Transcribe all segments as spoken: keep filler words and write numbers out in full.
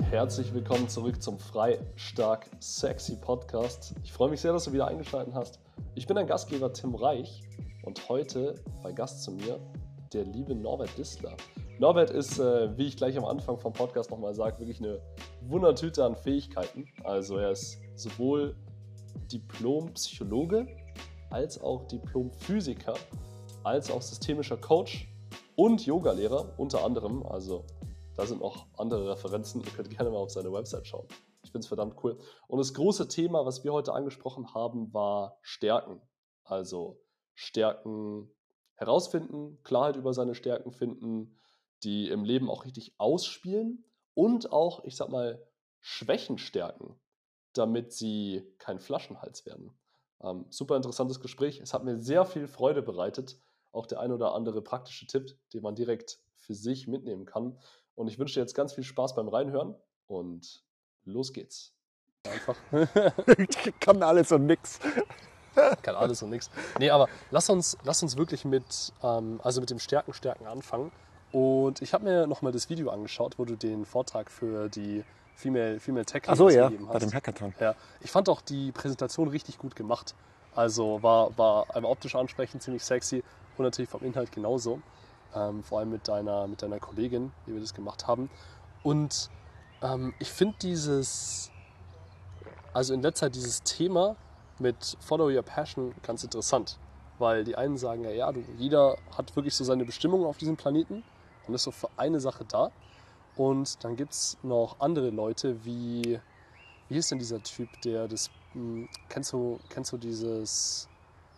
Herzlich willkommen zurück zum Frei, Stark, Sexy Podcast. Ich freue mich sehr, dass du wieder eingeschaltet hast. Ich bin dein Gastgeber Tim Reich und heute bei Gast zu mir der liebe Norbert Distler. Norbert ist, äh, wie ich gleich am Anfang vom Podcast nochmal sage, wirklich eine Wundertüte an Fähigkeiten. Also er ist sowohl Diplom-Psychologe als auch Diplom-Physiker, als auch systemischer Coach und Yogalehrer unter anderem. Also da sind noch andere Referenzen. Ihr könnt gerne mal auf seine Website schauen. Ich finde es verdammt cool. Und das große Thema, was wir heute angesprochen haben, war Stärken. Also Stärken herausfinden, Klarheit über seine Stärken finden, die im Leben auch richtig ausspielen und auch, ich sag mal, Schwächen stärken, damit sie kein Flaschenhals werden. Ähm, super interessantes Gespräch. Es hat mir sehr viel Freude bereitet. Auch der ein oder andere praktische Tipp, den man direkt für sich mitnehmen kann. Und ich wünsche dir jetzt ganz viel Spaß beim Reinhören und los geht's. Einfach. Kann alles und nix. Kann alles und nix. Nee, aber lass uns, lass uns wirklich mit, ähm, also mit dem Stärken, Stärken anfangen. Und ich habe mir nochmal das Video angeschaut, wo du den Vortrag für die Female, Female Tech Ach so, ja, gegeben hast. bei dem Hackathon. Ja, ich fand auch die Präsentation richtig gut gemacht. Also war, war einmal optisch ansprechend, ziemlich sexy und natürlich vom Inhalt genauso. Ähm, vor allem mit deiner, mit deiner Kollegin, wie wir das gemacht haben. Und ähm, ich finde dieses, also in letzter Zeit dieses Thema mit Follow Your Passion ganz interessant. Weil die einen sagen ja, ja, du, jeder hat wirklich so seine Bestimmung auf diesem Planeten und ist so für eine Sache da. Und dann gibt es noch andere Leute, wie, wie ist denn dieser Typ, der das, mh, kennst du, kennst du dieses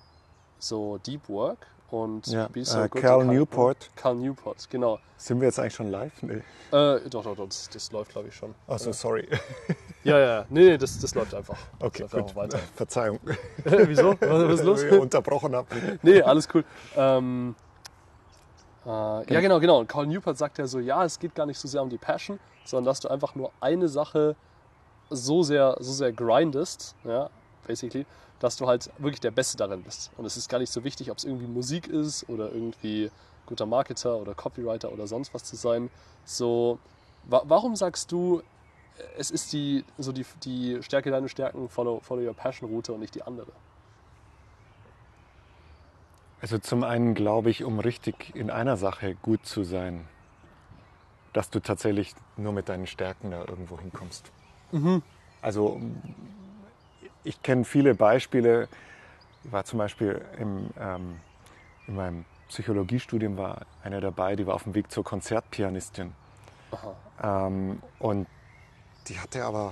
so Deep Work? Und Ja, Be So äh, Good Cal to Newport. Cal Newport, genau. Sind wir jetzt eigentlich schon live? Nee. Äh, doch, doch, doch, das, das läuft, glaube ich, schon. Achso, ja. sorry. Ja, ja, nee, nee, das, das läuft einfach. Okay, das läuft gut. einfach weiter. Verzeihung. Wieso? Was ist los? Dass ich unterbrochen habe. Nee, alles cool. Ähm, äh, ja, genau, genau. Und Cal Newport sagt ja so, ja, es geht gar nicht so sehr um die Passion, sondern dass du einfach nur eine Sache so sehr, so sehr grindest, ja, basically, dass du halt wirklich der Beste darin bist. Und es ist gar nicht so wichtig, ob es irgendwie Musik ist oder irgendwie guter Marketer oder Copywriter oder sonst was zu sein. So, wa- warum sagst du, es ist die, so die, die Stärke deiner Stärken, follow, follow your Passion Route und nicht die andere? Also zum einen glaube ich, um richtig in einer Sache gut zu sein, dass du tatsächlich nur mit deinen Stärken da irgendwo hinkommst. Mhm. Also ich kenne viele Beispiele. Ich war zum Beispiel im, ähm, in meinem Psychologiestudium war einer dabei, die war auf dem Weg zur Konzertpianistin. Ähm, und die hatte aber,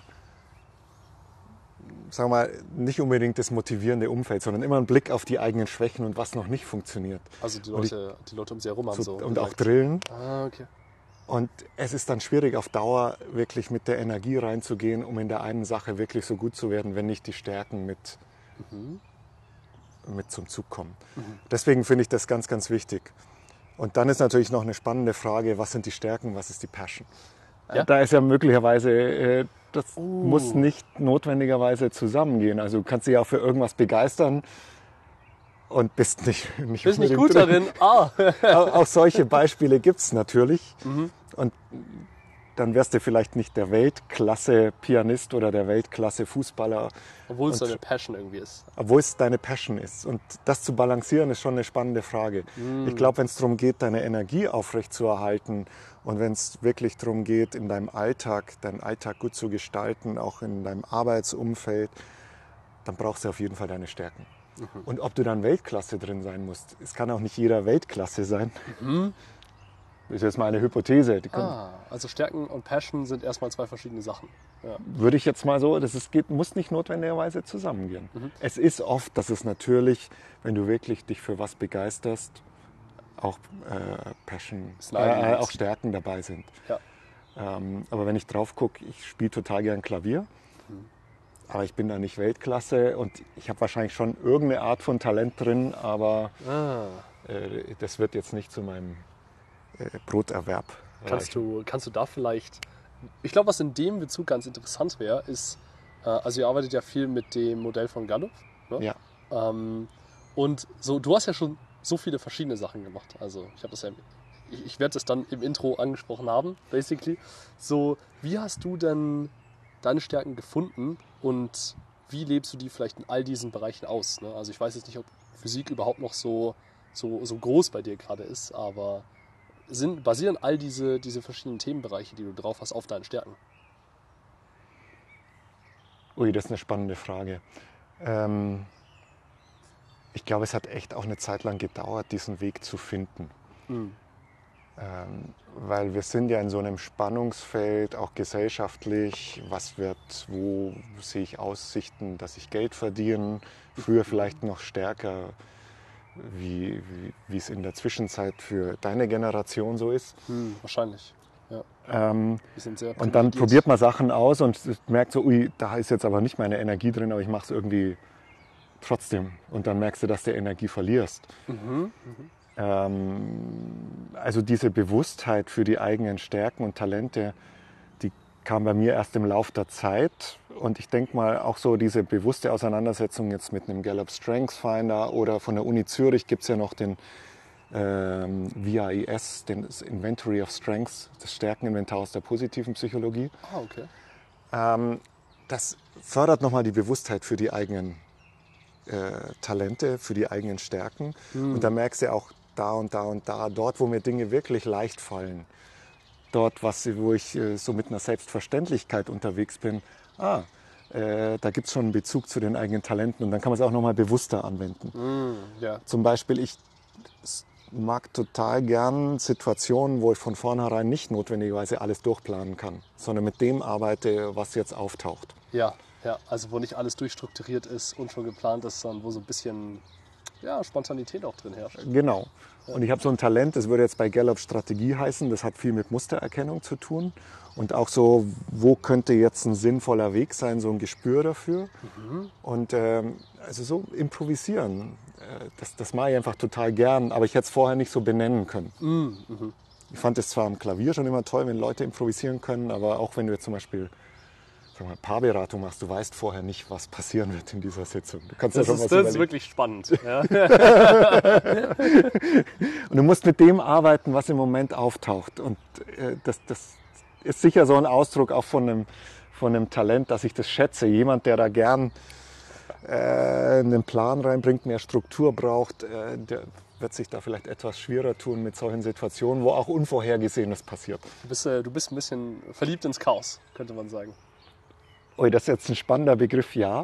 sagen wir mal, nicht unbedingt das motivierende Umfeld, sondern immer einen Blick auf die eigenen Schwächen und was noch nicht funktioniert. Also die Leute, ich, die Leute um sie herum haben so. so. Und auch Drillen. Ah, okay. Und es ist dann schwierig, auf Dauer wirklich mit der Energie reinzugehen, um in der einen Sache wirklich so gut zu werden, wenn nicht die Stärken mit, mhm. mit zum Zug kommen. Mhm. Deswegen finde ich das ganz, ganz wichtig. Und dann ist natürlich noch eine spannende Frage, was sind die Stärken, was ist die Passion? Ja? Da ist ja möglicherweise, das uh. muss nicht notwendigerweise zusammengehen. Also du kannst dich auch für irgendwas begeistern und bist nicht, nicht, bist nicht gut drin. Ah. Auch solche Beispiele gibt es natürlich. Mhm. Und dann wärst du vielleicht nicht der Weltklasse-Pianist oder der Weltklasse-Fußballer. Obwohl es deine Passion irgendwie ist. Obwohl es deine Passion ist. Und das zu balancieren ist schon eine spannende Frage. Mhm. Ich glaube, wenn es darum geht, deine Energie aufrechtzuerhalten und wenn es wirklich darum geht, in deinem Alltag, deinen Alltag gut zu gestalten, auch in deinem Arbeitsumfeld, dann brauchst du auf jeden Fall deine Stärken. Mhm. Und ob du dann Weltklasse drin sein musst, es kann auch nicht jeder Weltklasse sein. Mhm. Das ist jetzt mal eine Hypothese. Die ah, also Stärken und Passion sind erstmal zwei verschiedene Sachen. Ja. Würde ich jetzt mal so, das ist, geht, muss nicht notwendigerweise zusammengehen. Mhm. Es ist oft, dass es natürlich, wenn du wirklich dich für was begeisterst, auch äh, Passion, äh, auch Stärken dabei sind. Ja. Ähm, aber wenn ich drauf gucke, ich spiele total gern Klavier. Mhm. Aber ich bin da nicht Weltklasse und ich habe wahrscheinlich schon irgendeine Art von Talent drin, aber ah. äh, das wird jetzt nicht zu meinem äh, Broterwerb kannst du, kannst du da vielleicht, ich glaube, was in dem Bezug ganz interessant wäre, ist, äh, also ihr arbeitet ja viel mit dem Modell von Gallup. Ne? Ja. Ähm, und so, du hast ja schon so viele verschiedene Sachen gemacht. Also ich habe das ja ich, ich werde es dann im Intro angesprochen haben, basically. So, wie hast du denn deine Stärken gefunden und wie lebst du die vielleicht in all diesen Bereichen aus? Ne? Also ich weiß jetzt nicht, ob Physik überhaupt noch so, so, so groß bei dir gerade ist, aber sind, basieren all diese, diese verschiedenen Themenbereiche, die du drauf hast, auf deinen Stärken? Ui, das ist eine spannende Frage. Ähm, ich glaube, es hat echt auch eine Zeit lang gedauert, diesen Weg zu finden. Hm. Ähm, weil wir sind ja in so einem Spannungsfeld, auch gesellschaftlich. Was wird, wo sehe ich Aussichten, dass ich Geld verdiene? Früher vielleicht noch stärker, wie, wie, wie es in der Zwischenzeit für deine Generation so ist. Hm, wahrscheinlich. Ja. Ähm, Wir sind sehr und dann privilegiert. probiert man Sachen aus und merkt so, ui, da ist jetzt aber nicht meine Energie drin, aber ich mache es irgendwie trotzdem. Und dann merkst du, dass du Energie verlierst. Mhm. Mhm. Ähm, also diese Bewusstheit für die eigenen Stärken und Talente, die kam bei mir erst im Lauf der Zeit. Und ich denke mal, auch so diese bewusste Auseinandersetzung jetzt mit einem Gallup Strengths Finder oder von der Uni Zürich gibt es ja noch den ähm, V I S, den das Inventory of Strengths, das Stärkeninventar aus der positiven Psychologie. Ah, okay. Ähm, das fördert nochmal die Bewusstheit für die eigenen äh, Talente, für die eigenen Stärken. Hm. Und da merkst du auch da und da und da, dort, wo mir Dinge wirklich leicht fallen, dort, was, wo ich äh, so mit einer Selbstverständlichkeit unterwegs bin, ah, äh, da gibt es schon einen Bezug zu den eigenen Talenten und dann kann man es auch nochmal bewusster anwenden. Hm, ja. Zum Beispiel, ich mag total gern Situationen, wo ich von vornherein nicht notwendigerweise alles durchplanen kann, sondern mit dem arbeite, was jetzt auftaucht. Ja, ja, also wo nicht alles durchstrukturiert ist und schon geplant ist, sondern wo so ein bisschen ja, Spontanität auch drin herrscht. Genau. Und ich habe so ein Talent, das würde jetzt bei Gallup Strategie heißen, das hat viel mit Mustererkennung zu tun. Und auch so, wo könnte jetzt ein sinnvoller Weg sein, so ein Gespür dafür. Mhm. Und ähm, also so improvisieren, äh, das, das mache ich einfach total gern, aber ich hätte es vorher nicht so benennen können. Mhm. Mhm. Ich fand es zwar am Klavier schon immer toll, wenn Leute improvisieren können, aber auch wenn du jetzt zum Beispiel sag mal, Paarberatung machst, du weißt vorher nicht, was passieren wird in dieser Sitzung. Du kannst Das, ja ist, schon was das ist überlegen. wirklich spannend. Ja. Und du musst mit dem arbeiten, was im Moment auftaucht. Und äh, das, das ist sicher so ein Ausdruck auch von einem, von einem Talent, dass ich das schätze. Jemand, der da gern äh, einen Plan reinbringt, mehr Struktur braucht, äh, der wird sich da vielleicht etwas schwerer tun mit solchen Situationen, wo auch Unvorhergesehenes passiert. Du bist, äh, du bist ein bisschen verliebt ins Chaos, könnte man sagen. Oh, das ist jetzt ein spannender Begriff, ja.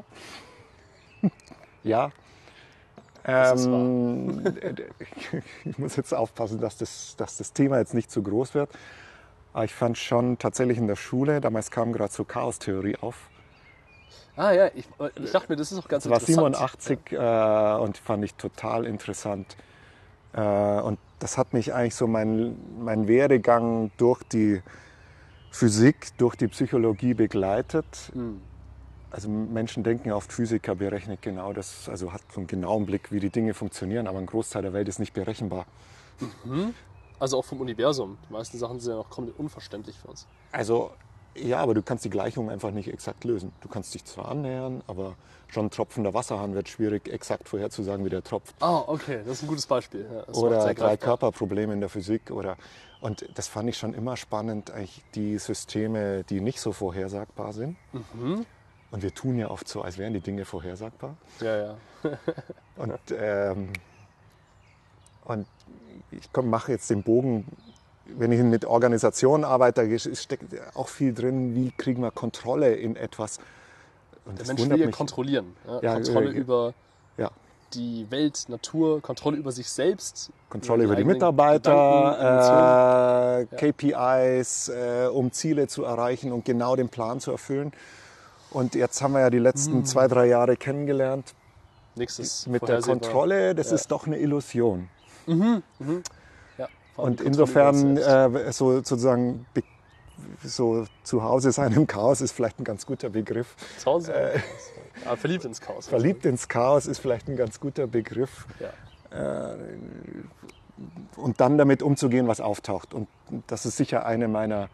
Ja. Das ist Ähm, ich muss jetzt aufpassen, dass das, dass das Thema jetzt nicht zu groß wird. Aber ich fand schon tatsächlich in der Schule, damals kam gerade so Chaostheorie auf. Ah ja, ich, ich dachte mir, das ist auch ganz Das war interessant. siebenundachtzig äh, und fand ich total interessant. Äh, und das hat mich eigentlich so mein, mein Werdegang durch die Physik, durch die Psychologie begleitet. Mhm. Also Menschen denken ja oft, Physiker berechnet genau das, also hat so einen genauen Blick, wie die Dinge funktionieren, aber ein Großteil der Welt ist nicht berechenbar. Mhm. Also auch vom Universum. Die meisten Sachen sind ja noch komplett unverständlich für uns. Also ja, aber du kannst die Gleichung einfach nicht exakt lösen. Du kannst dich zwar annähern, aber schon ein tropfender Wasserhahn wird schwierig, exakt vorherzusagen, wie der tropft. Ah, okay, das ist ein gutes Beispiel. Ja, das macht Oder sehr greifbar. Drei-Körper-Probleme in der Physik. Oder, und das fand ich schon immer spannend, eigentlich die Systeme, die nicht so vorhersagbar sind. Mhm. Und wir tun ja oft so, als wären die Dinge vorhersagbar. Ja, ja. Und, ähm, und ich komm, mache jetzt den Bogen, wenn ich mit Organisationen arbeite, da steckt auch viel drin, wie kriegen wir Kontrolle in etwas. Und Der das Mensch wundert will ja mich. kontrollieren. Ja? Ja, Kontrolle äh, über Ja, die Welt, Natur, Kontrolle über sich selbst. Kontrolle über die eigenen Mitarbeiter, Gedanken, äh, K P Is, äh, um Ziele zu erreichen und genau den Plan zu erfüllen. Und jetzt haben wir ja die letzten Hm. zwei, drei Jahre kennengelernt. Nächstes Mit der Kontrolle, das Ja. ist doch eine Illusion. Mhm. Mhm. Ja, vor allem Und die Kontrolle über uns insofern selbst. äh, so sozusagen be- so zu Hause sein im Chaos ist vielleicht ein ganz guter Begriff. Zu Hause. äh, Aber verliebt ins Chaos. Verliebt ins Chaos ist vielleicht ein ganz guter Begriff. Ja. Äh, und dann damit umzugehen, was auftaucht. Und das ist sicher eine meiner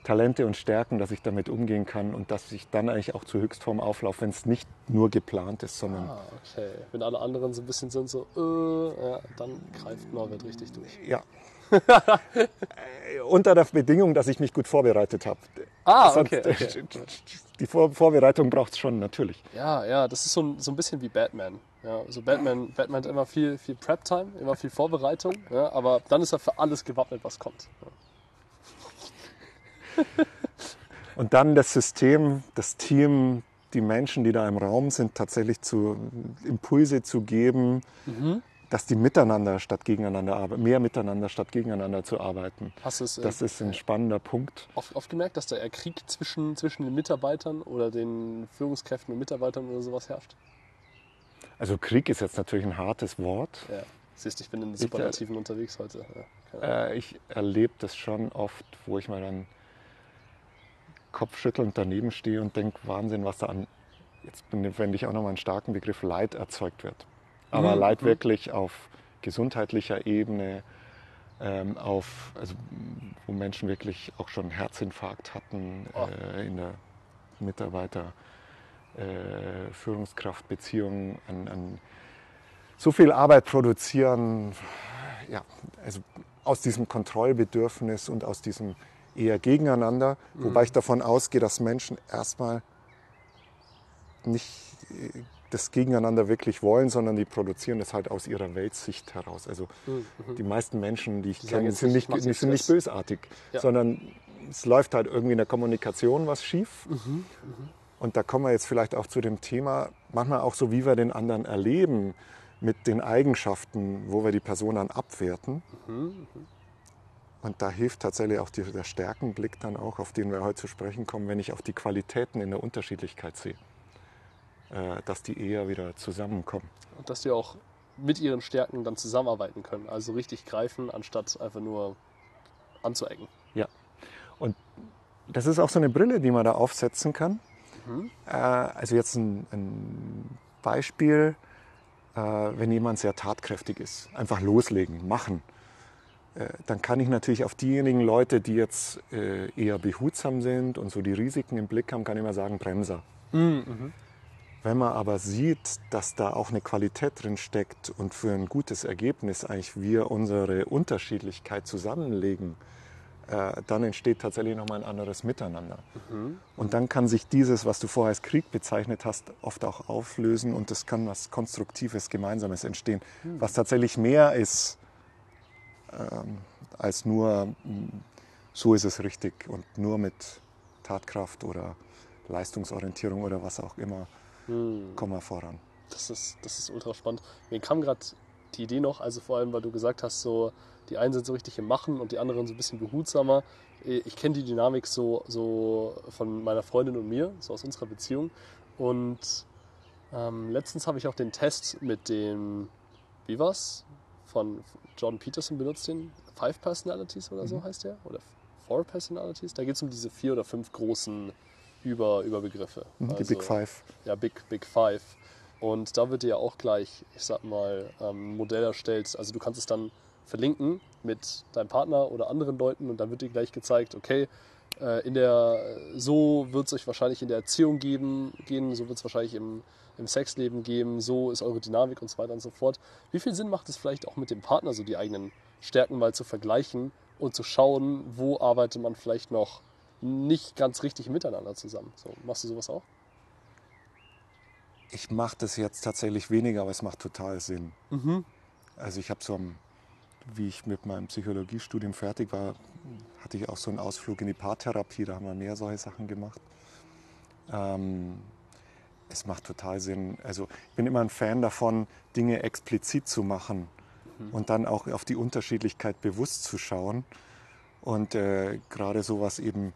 Talente und Stärken, dass ich damit umgehen kann und dass ich dann eigentlich auch zur Höchstform auflaufe, wenn es nicht nur geplant ist, sondern... Ah, okay. Wenn alle anderen so ein bisschen sind, so, äh, ja, dann greift Norbert richtig durch. Ja. Unter der Bedingung, dass ich mich gut vorbereitet habe. Ah, Sonst, okay. okay. Die Vor Vorbereitung braucht es schon, natürlich. Ja, ja, das ist so ein, so ein bisschen wie Batman. Ja, so Batman, Batman hat immer viel, viel Prep-Time, immer viel Vorbereitung, ja, aber dann ist er für alles gewappnet, was kommt. Ja. Und dann das System, das Team, die Menschen, die da im Raum sind, tatsächlich zu Impulse zu geben, mhm. dass die miteinander statt gegeneinander arbeiten, mehr miteinander statt gegeneinander zu arbeiten. Hast du's, das ist ein spannender Punkt. Oft, oft gemerkt, dass da eher Krieg zwischen, zwischen den Mitarbeitern oder den Führungskräften und Mitarbeitern oder sowas herrscht? Also Krieg ist jetzt natürlich ein hartes Wort. Ja, siehst du, ich bin in Superlativen ich, unterwegs heute. Ja, äh, ich erlebe das schon oft, wo ich mal dann kopfschüttelnd daneben stehe und denke, Wahnsinn, was da an, jetzt wende ich auch nochmal einen starken Begriff, Leid erzeugt wird. Aber mhm. Leid wirklich auf gesundheitlicher Ebene, ähm, auf, also, wo Menschen wirklich auch schon Herzinfarkt hatten oh. äh, in der Mitarbeiter- Äh, Führungskraftbeziehungen, an, an so viel Arbeit produzieren, ja, also aus diesem Kontrollbedürfnis und aus diesem eher Gegeneinander, mhm. wobei ich davon ausgehe, dass Menschen erstmal nicht das Gegeneinander wirklich wollen, sondern die produzieren das halt aus ihrer Weltsicht heraus. Also mhm. die meisten Menschen, die ich die kenne, sind nicht, nicht, sind nicht bösartig, ja. sondern es läuft halt irgendwie in der Kommunikation was schief. Mhm. Mhm. Und da kommen wir jetzt vielleicht auch zu dem Thema, manchmal auch so, wie wir den anderen erleben, mit den Eigenschaften, wo wir die Person dann abwerten. Mhm, mh. Und da hilft tatsächlich auch die, der Stärkenblick dann auch, auf den wir heute zu sprechen kommen, wenn ich auch die Qualitäten in der Unterschiedlichkeit sehe, äh, dass die eher wieder zusammenkommen. Und dass die auch mit ihren Stärken dann zusammenarbeiten können, also richtig greifen, anstatt einfach nur anzuecken. Ja, und das ist auch so eine Brille, die man da aufsetzen kann. Mhm. Also jetzt ein, ein Beispiel, wenn jemand sehr tatkräftig ist, einfach loslegen, machen. Dann kann ich natürlich auf diejenigen Leute, die jetzt eher behutsam sind und so die Risiken im Blick haben, kann ich mal sagen, Bremser. Mhm. Wenn man aber sieht, dass da auch eine Qualität drin steckt und für ein gutes Ergebnis eigentlich wir unsere Unterschiedlichkeit zusammenlegen, dann entsteht tatsächlich nochmal ein anderes Miteinander. Mhm. Und dann kann sich dieses, was du vorher als Krieg bezeichnet hast, oft auch auflösen und es kann was Konstruktives, Gemeinsames entstehen, mhm. was tatsächlich mehr ist ähm, als nur, so ist es richtig und nur mit Tatkraft oder Leistungsorientierung oder was auch immer, mhm. kommen wir voran. Das ist, das ist ultra spannend. Mir kam gerade die Idee noch, also vor allem, weil du gesagt hast, so die einen sind so richtig im Machen und die anderen so ein bisschen behutsamer. Ich kenne die Dynamik so, so von meiner Freundin und mir, so aus unserer Beziehung. Und ähm, letztens habe ich auch den Test mit dem, wie war's, von Jordan Peterson benutzt, den Five Personalities oder so mhm. heißt der, oder Four Personalities. Da geht es um diese vier oder fünf großen Über, Überbegriffe. Die also, Big Five. Ja, Big, Big Five. Und da wird dir ja auch gleich, ich sag mal, ein Modell erstellt. Also du kannst es dann verlinken mit deinem Partner oder anderen Leuten und dann wird dir gleich gezeigt, okay, in der, so wird es euch wahrscheinlich in der Erziehung geben, gehen, so wird es wahrscheinlich im, im Sexleben geben, so ist eure Dynamik und so weiter und so fort. Wie viel Sinn macht es vielleicht auch mit dem Partner, so die eigenen Stärken mal zu vergleichen und zu schauen, wo arbeitet man vielleicht noch nicht ganz richtig miteinander zusammen? So, machst du sowas auch? Ich mache das jetzt tatsächlich weniger, aber es macht total Sinn. Mhm. Also ich habe so, wie ich mit meinem Psychologiestudium fertig war, hatte ich auch so einen Ausflug in die Paartherapie, da haben wir mehr solche Sachen gemacht. Ähm, es macht total Sinn. Also ich bin immer ein Fan davon, Dinge explizit zu machen mhm. und dann auch auf die Unterschiedlichkeit bewusst zu schauen. Und äh, gerade sowas eben,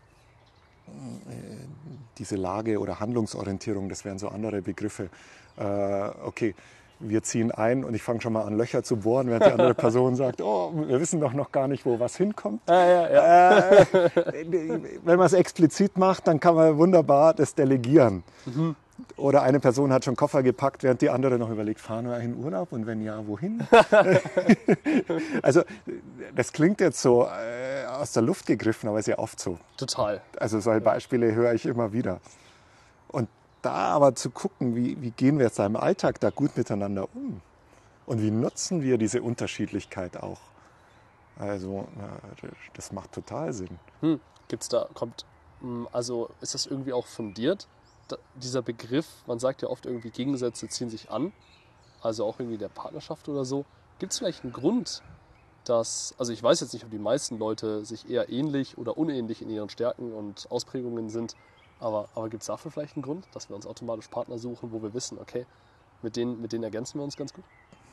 diese Lage- oder Handlungsorientierung, das wären so andere Begriffe. Äh, okay, wir ziehen ein und ich fange schon mal an, Löcher zu bohren, während die andere Person sagt, oh, wir wissen doch noch gar nicht, wo was hinkommt. Ah, ja, ja. Äh, wenn man es explizit macht, dann kann man wunderbar das delegieren. Mhm. Oder eine Person hat schon Koffer gepackt, während die andere noch überlegt, fahren wir in Urlaub und wenn ja, wohin? Also das klingt jetzt so äh, aus der Luft gegriffen, aber ist ja oft so. Total. Also solche Beispiele höre ich immer wieder. Und da aber zu gucken, wie, wie gehen wir jetzt da im Alltag da gut miteinander um? Und wie nutzen wir diese Unterschiedlichkeit auch? Also das macht total Sinn. Hm. Gibt's da, kommt, also ist das irgendwie auch fundiert? Da, dieser Begriff, man sagt ja oft irgendwie, Gegensätze ziehen sich an, also auch irgendwie in der Partnerschaft oder so. Gibt es vielleicht einen Grund, dass, also ich weiß jetzt nicht, ob die meisten Leute sich eher ähnlich oder unähnlich in ihren Stärken und Ausprägungen sind, aber, aber gibt es dafür vielleicht einen Grund, dass wir uns automatisch Partner suchen, wo wir wissen, okay, mit denen, mit denen ergänzen wir uns ganz gut?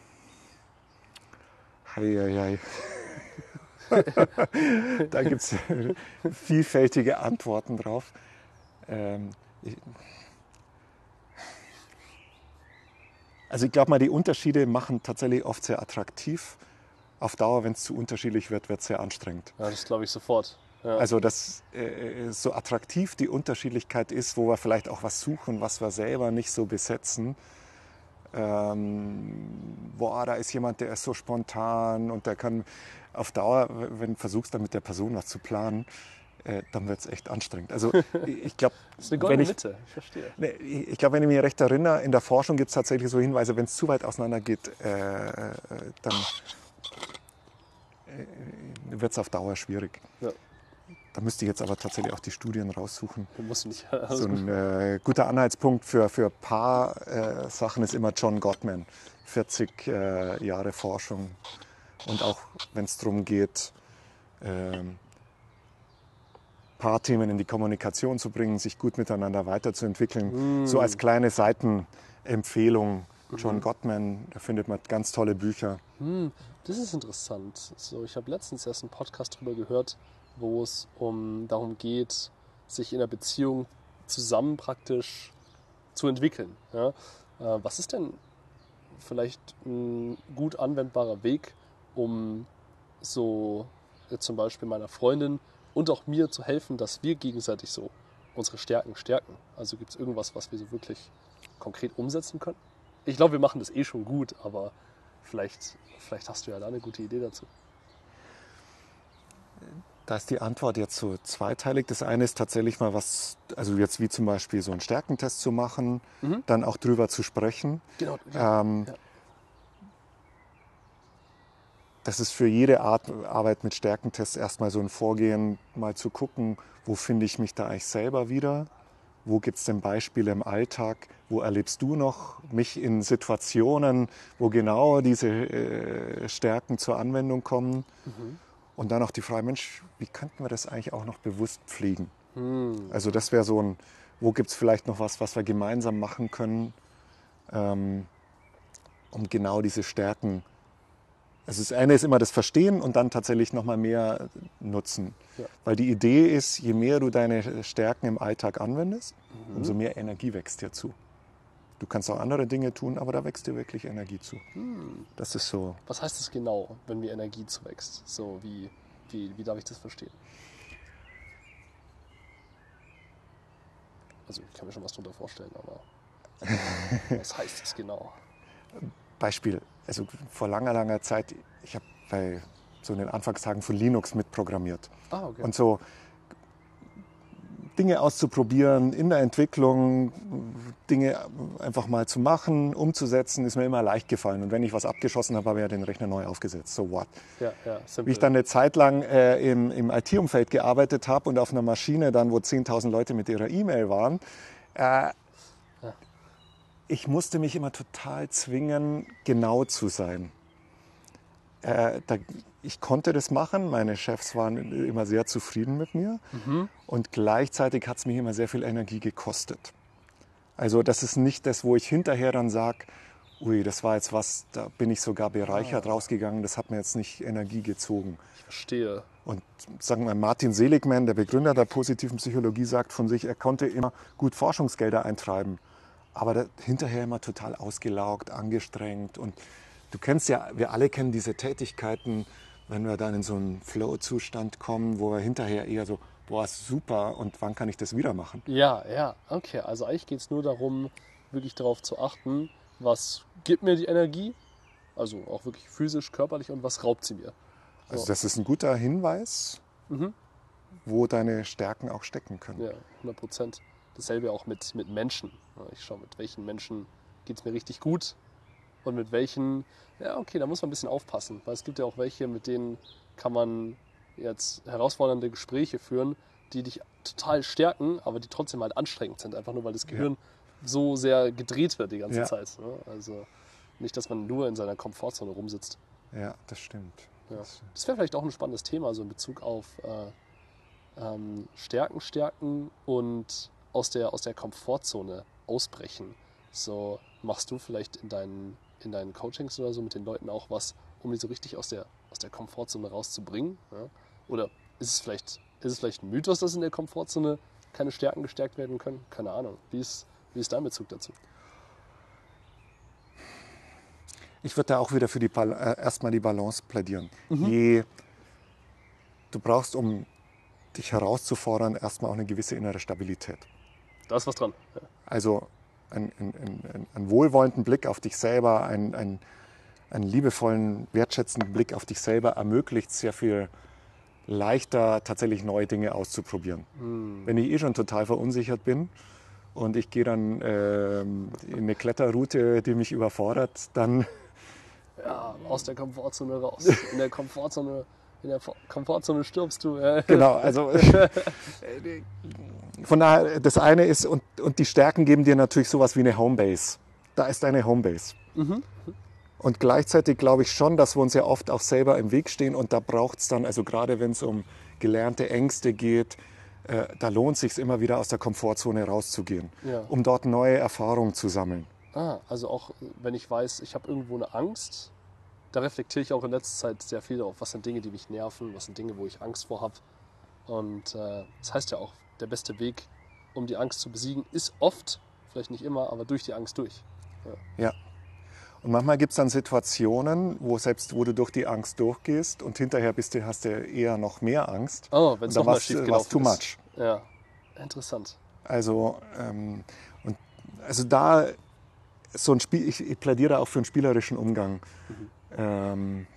Hei, hei, hei. Da gibt es vielfältige Antworten drauf. Ähm, ich, also ich glaube mal, die Unterschiede machen tatsächlich oft sehr attraktiv. Auf Dauer, wenn es zu unterschiedlich wird, wird es sehr anstrengend. Ja, das glaube ich sofort. Ja. Also dass äh, so attraktiv die Unterschiedlichkeit ist, wo wir vielleicht auch was suchen, was wir selber nicht so besetzen. Ähm, boah, da ist jemand, der ist so spontan und der kann auf Dauer, wenn du versuchst, dann mit der Person was zu planen, äh, dann wird es echt anstrengend. Also ich glaube, das ist eine goldene Mitte, ich verstehe. Ne, ich glaube, wenn ich mich recht erinnere, in der Forschung gibt es tatsächlich so Hinweise, wenn es zu weit auseinander geht, äh, dann äh, wird es auf Dauer schwierig. Ja. Da müsste ich jetzt aber tatsächlich auch die Studien raussuchen. Du musst nicht. So ein äh, guter Anhaltspunkt für, für Paar-Sachen äh, ist immer John Gottman. vierzig äh, Jahre Forschung. Und auch wenn es darum geht, äh, Paarthemen in die Kommunikation zu bringen, sich gut miteinander weiterzuentwickeln. Mm. So als kleine Seitenempfehlung. John mhm. Gottman, da findet man ganz tolle Bücher. Mm, das ist interessant. So, ich habe letztens erst einen Podcast darüber gehört, wo es um darum geht, sich in einer Beziehung zusammen praktisch zu entwickeln. Ja? Äh, was ist denn vielleicht ein gut anwendbarer Weg, um so jetzt zum Beispiel meiner Freundin und auch mir zu helfen, dass wir gegenseitig so unsere Stärken stärken? Also gibt es irgendwas, was wir so wirklich konkret umsetzen können? Ich glaube, wir machen das eh schon gut, aber vielleicht, vielleicht hast du ja da eine gute Idee dazu. Da ist die Antwort jetzt so zweiteilig. Das eine ist tatsächlich mal was, also jetzt wie zum Beispiel so einen Stärkentest zu machen, mhm. dann auch drüber zu sprechen. Genau. Ja. Ähm, ja. Das ist für jede Art Arbeit mit Stärkentests erstmal so ein Vorgehen, mal zu gucken, wo finde ich mich da eigentlich selber wieder? Wo gibt es denn Beispiele im Alltag? Wo erlebst du noch mich in Situationen, wo genau diese äh, Stärken zur Anwendung kommen? Mhm. Und dann auch die Frage, Mensch, wie könnten wir das eigentlich auch noch bewusst pflegen? Mhm. Also das wäre so ein, wo gibt es vielleicht noch was, was wir gemeinsam machen können, ähm, um genau diese Stärken. Also das eine ist immer das Verstehen und dann tatsächlich noch mal mehr nutzen. Ja. Weil die Idee ist, je mehr du deine Stärken im Alltag anwendest, mhm. umso mehr Energie wächst dir zu. Du kannst auch andere Dinge tun, aber da wächst dir wirklich Energie zu. Hm. Das ist so. Was heißt das genau, wenn mir Energie zuwächst? So, wie, wie, wie darf ich das verstehen? Also ich kann mir schon was darunter vorstellen, aber was heißt das genau? Beispiel, also vor langer, langer Zeit, ich habe bei so in den Anfangstagen von Linux mitprogrammiert. Ah, okay. Und so Dinge auszuprobieren in der Entwicklung, Dinge einfach mal zu machen, umzusetzen, ist mir immer leicht gefallen. Und wenn ich was abgeschossen habe, habe ich ja den Rechner neu aufgesetzt. So what? Ja, ja, Wie ich dann eine Zeit lang äh, im, im I T-Umfeld gearbeitet habe und auf einer Maschine dann, wo zehntausend Leute mit ihrer E-Mail waren, äh, ja. ich musste mich immer total zwingen, genau zu sein. Äh, da, ich konnte das machen, meine Chefs waren immer sehr zufrieden mit mir mhm. und gleichzeitig hat es mich immer sehr viel Energie gekostet. Also das ist nicht das, wo ich hinterher dann sage, ui, das war jetzt was, da bin ich sogar bereichert ah. rausgegangen, das hat mir jetzt nicht Energie gezogen. Ich verstehe. Und sagen wir, Martin Seligman, der Begründer der positiven Psychologie, sagt von sich, er konnte immer gut Forschungsgelder eintreiben, aber da, hinterher immer total ausgelaugt, angestrengt. Und du kennst ja, wir alle kennen diese Tätigkeiten, wenn wir dann in so einen Flow-Zustand kommen, wo wir hinterher eher so, boah, super, und wann kann ich das wieder machen? Ja, ja, okay. Also eigentlich geht es nur darum, wirklich darauf zu achten, was gibt mir die Energie, also auch wirklich physisch, körperlich, und was raubt sie mir. So. Also das ist ein guter Hinweis. Mhm. wo deine Stärken auch stecken können. Ja, hundert Prozent. Dasselbe auch mit, mit Menschen. Ja, ich schaue, mit welchen Menschen geht es mir richtig gut und mit welchen, ja okay, da muss man ein bisschen aufpassen, weil es gibt ja auch welche, mit denen kann man jetzt herausfordernde Gespräche führen, die dich total stärken, aber die trotzdem halt anstrengend sind, einfach nur weil das Gehirn ja. so sehr gedreht wird die ganze ja. Zeit. Ne? Also nicht, dass man nur in seiner Komfortzone rumsitzt. Ja, das stimmt. Ja. Das wäre vielleicht auch ein spannendes Thema, so in Bezug auf äh, ähm, Stärken, Stärken und aus der, aus der Komfortzone ausbrechen. So machst du vielleicht in deinen, in deinen Coachings oder so mit den Leuten auch was, um die so richtig aus der, aus der Komfortzone rauszubringen? Ja? Oder ist es, vielleicht, ist es vielleicht ein Mythos, dass in der Komfortzone keine Stärken gestärkt werden können? Keine Ahnung. Wie ist, wie ist dein Bezug dazu? Ich würde da auch wieder für die Bal- äh, erstmal die Balance plädieren. Mhm. Je, du brauchst, um dich herauszufordern, erstmal auch eine gewisse innere Stabilität. Da ist was dran. Ja. Also einen ein, ein wohlwollenden Blick auf dich selber, einen, ein, einen liebevollen, wertschätzenden Blick auf dich selber ermöglicht sehr viel leichter, tatsächlich neue Dinge auszuprobieren. Mhm. Wenn ich eh schon total verunsichert bin und ich gehe dann äh, in eine Kletterroute, die mich überfordert, dann... Ja, aus der Komfortzone raus. In der Komfortzone, in der Komfortzone stirbst du. Genau, also von daher, das eine ist, und, und die Stärken geben dir natürlich sowas wie eine Homebase. Da ist deine Homebase. Mhm. Und gleichzeitig glaube ich schon, dass wir uns ja oft auch selber im Weg stehen und da braucht es dann, also gerade wenn es um gelernte Ängste geht, äh, da lohnt es sich immer wieder aus der Komfortzone rauszugehen, ja. um dort neue Erfahrungen zu sammeln. Ah, also auch wenn ich weiß, ich habe irgendwo eine Angst, da reflektiere ich auch in letzter Zeit sehr viel darauf, was sind Dinge, die mich nerven, was sind Dinge, wo ich Angst vor habe. Und äh, das heißt ja auch, der beste Weg, um die Angst zu besiegen, ist oft, vielleicht nicht immer, aber durch die Angst durch. Ja. ja. Und manchmal gibt es dann Situationen, wo selbst wo du durch die Angst durchgehst und hinterher bist du, hast du eher noch mehr Angst. Oh, wenn es nochmal schief gelaufen ist. too much. Ja, interessant. Also, ähm, und, also da so ein Spiel, ich, ich plädiere auch für einen spielerischen Umgang. Mhm. Ähm,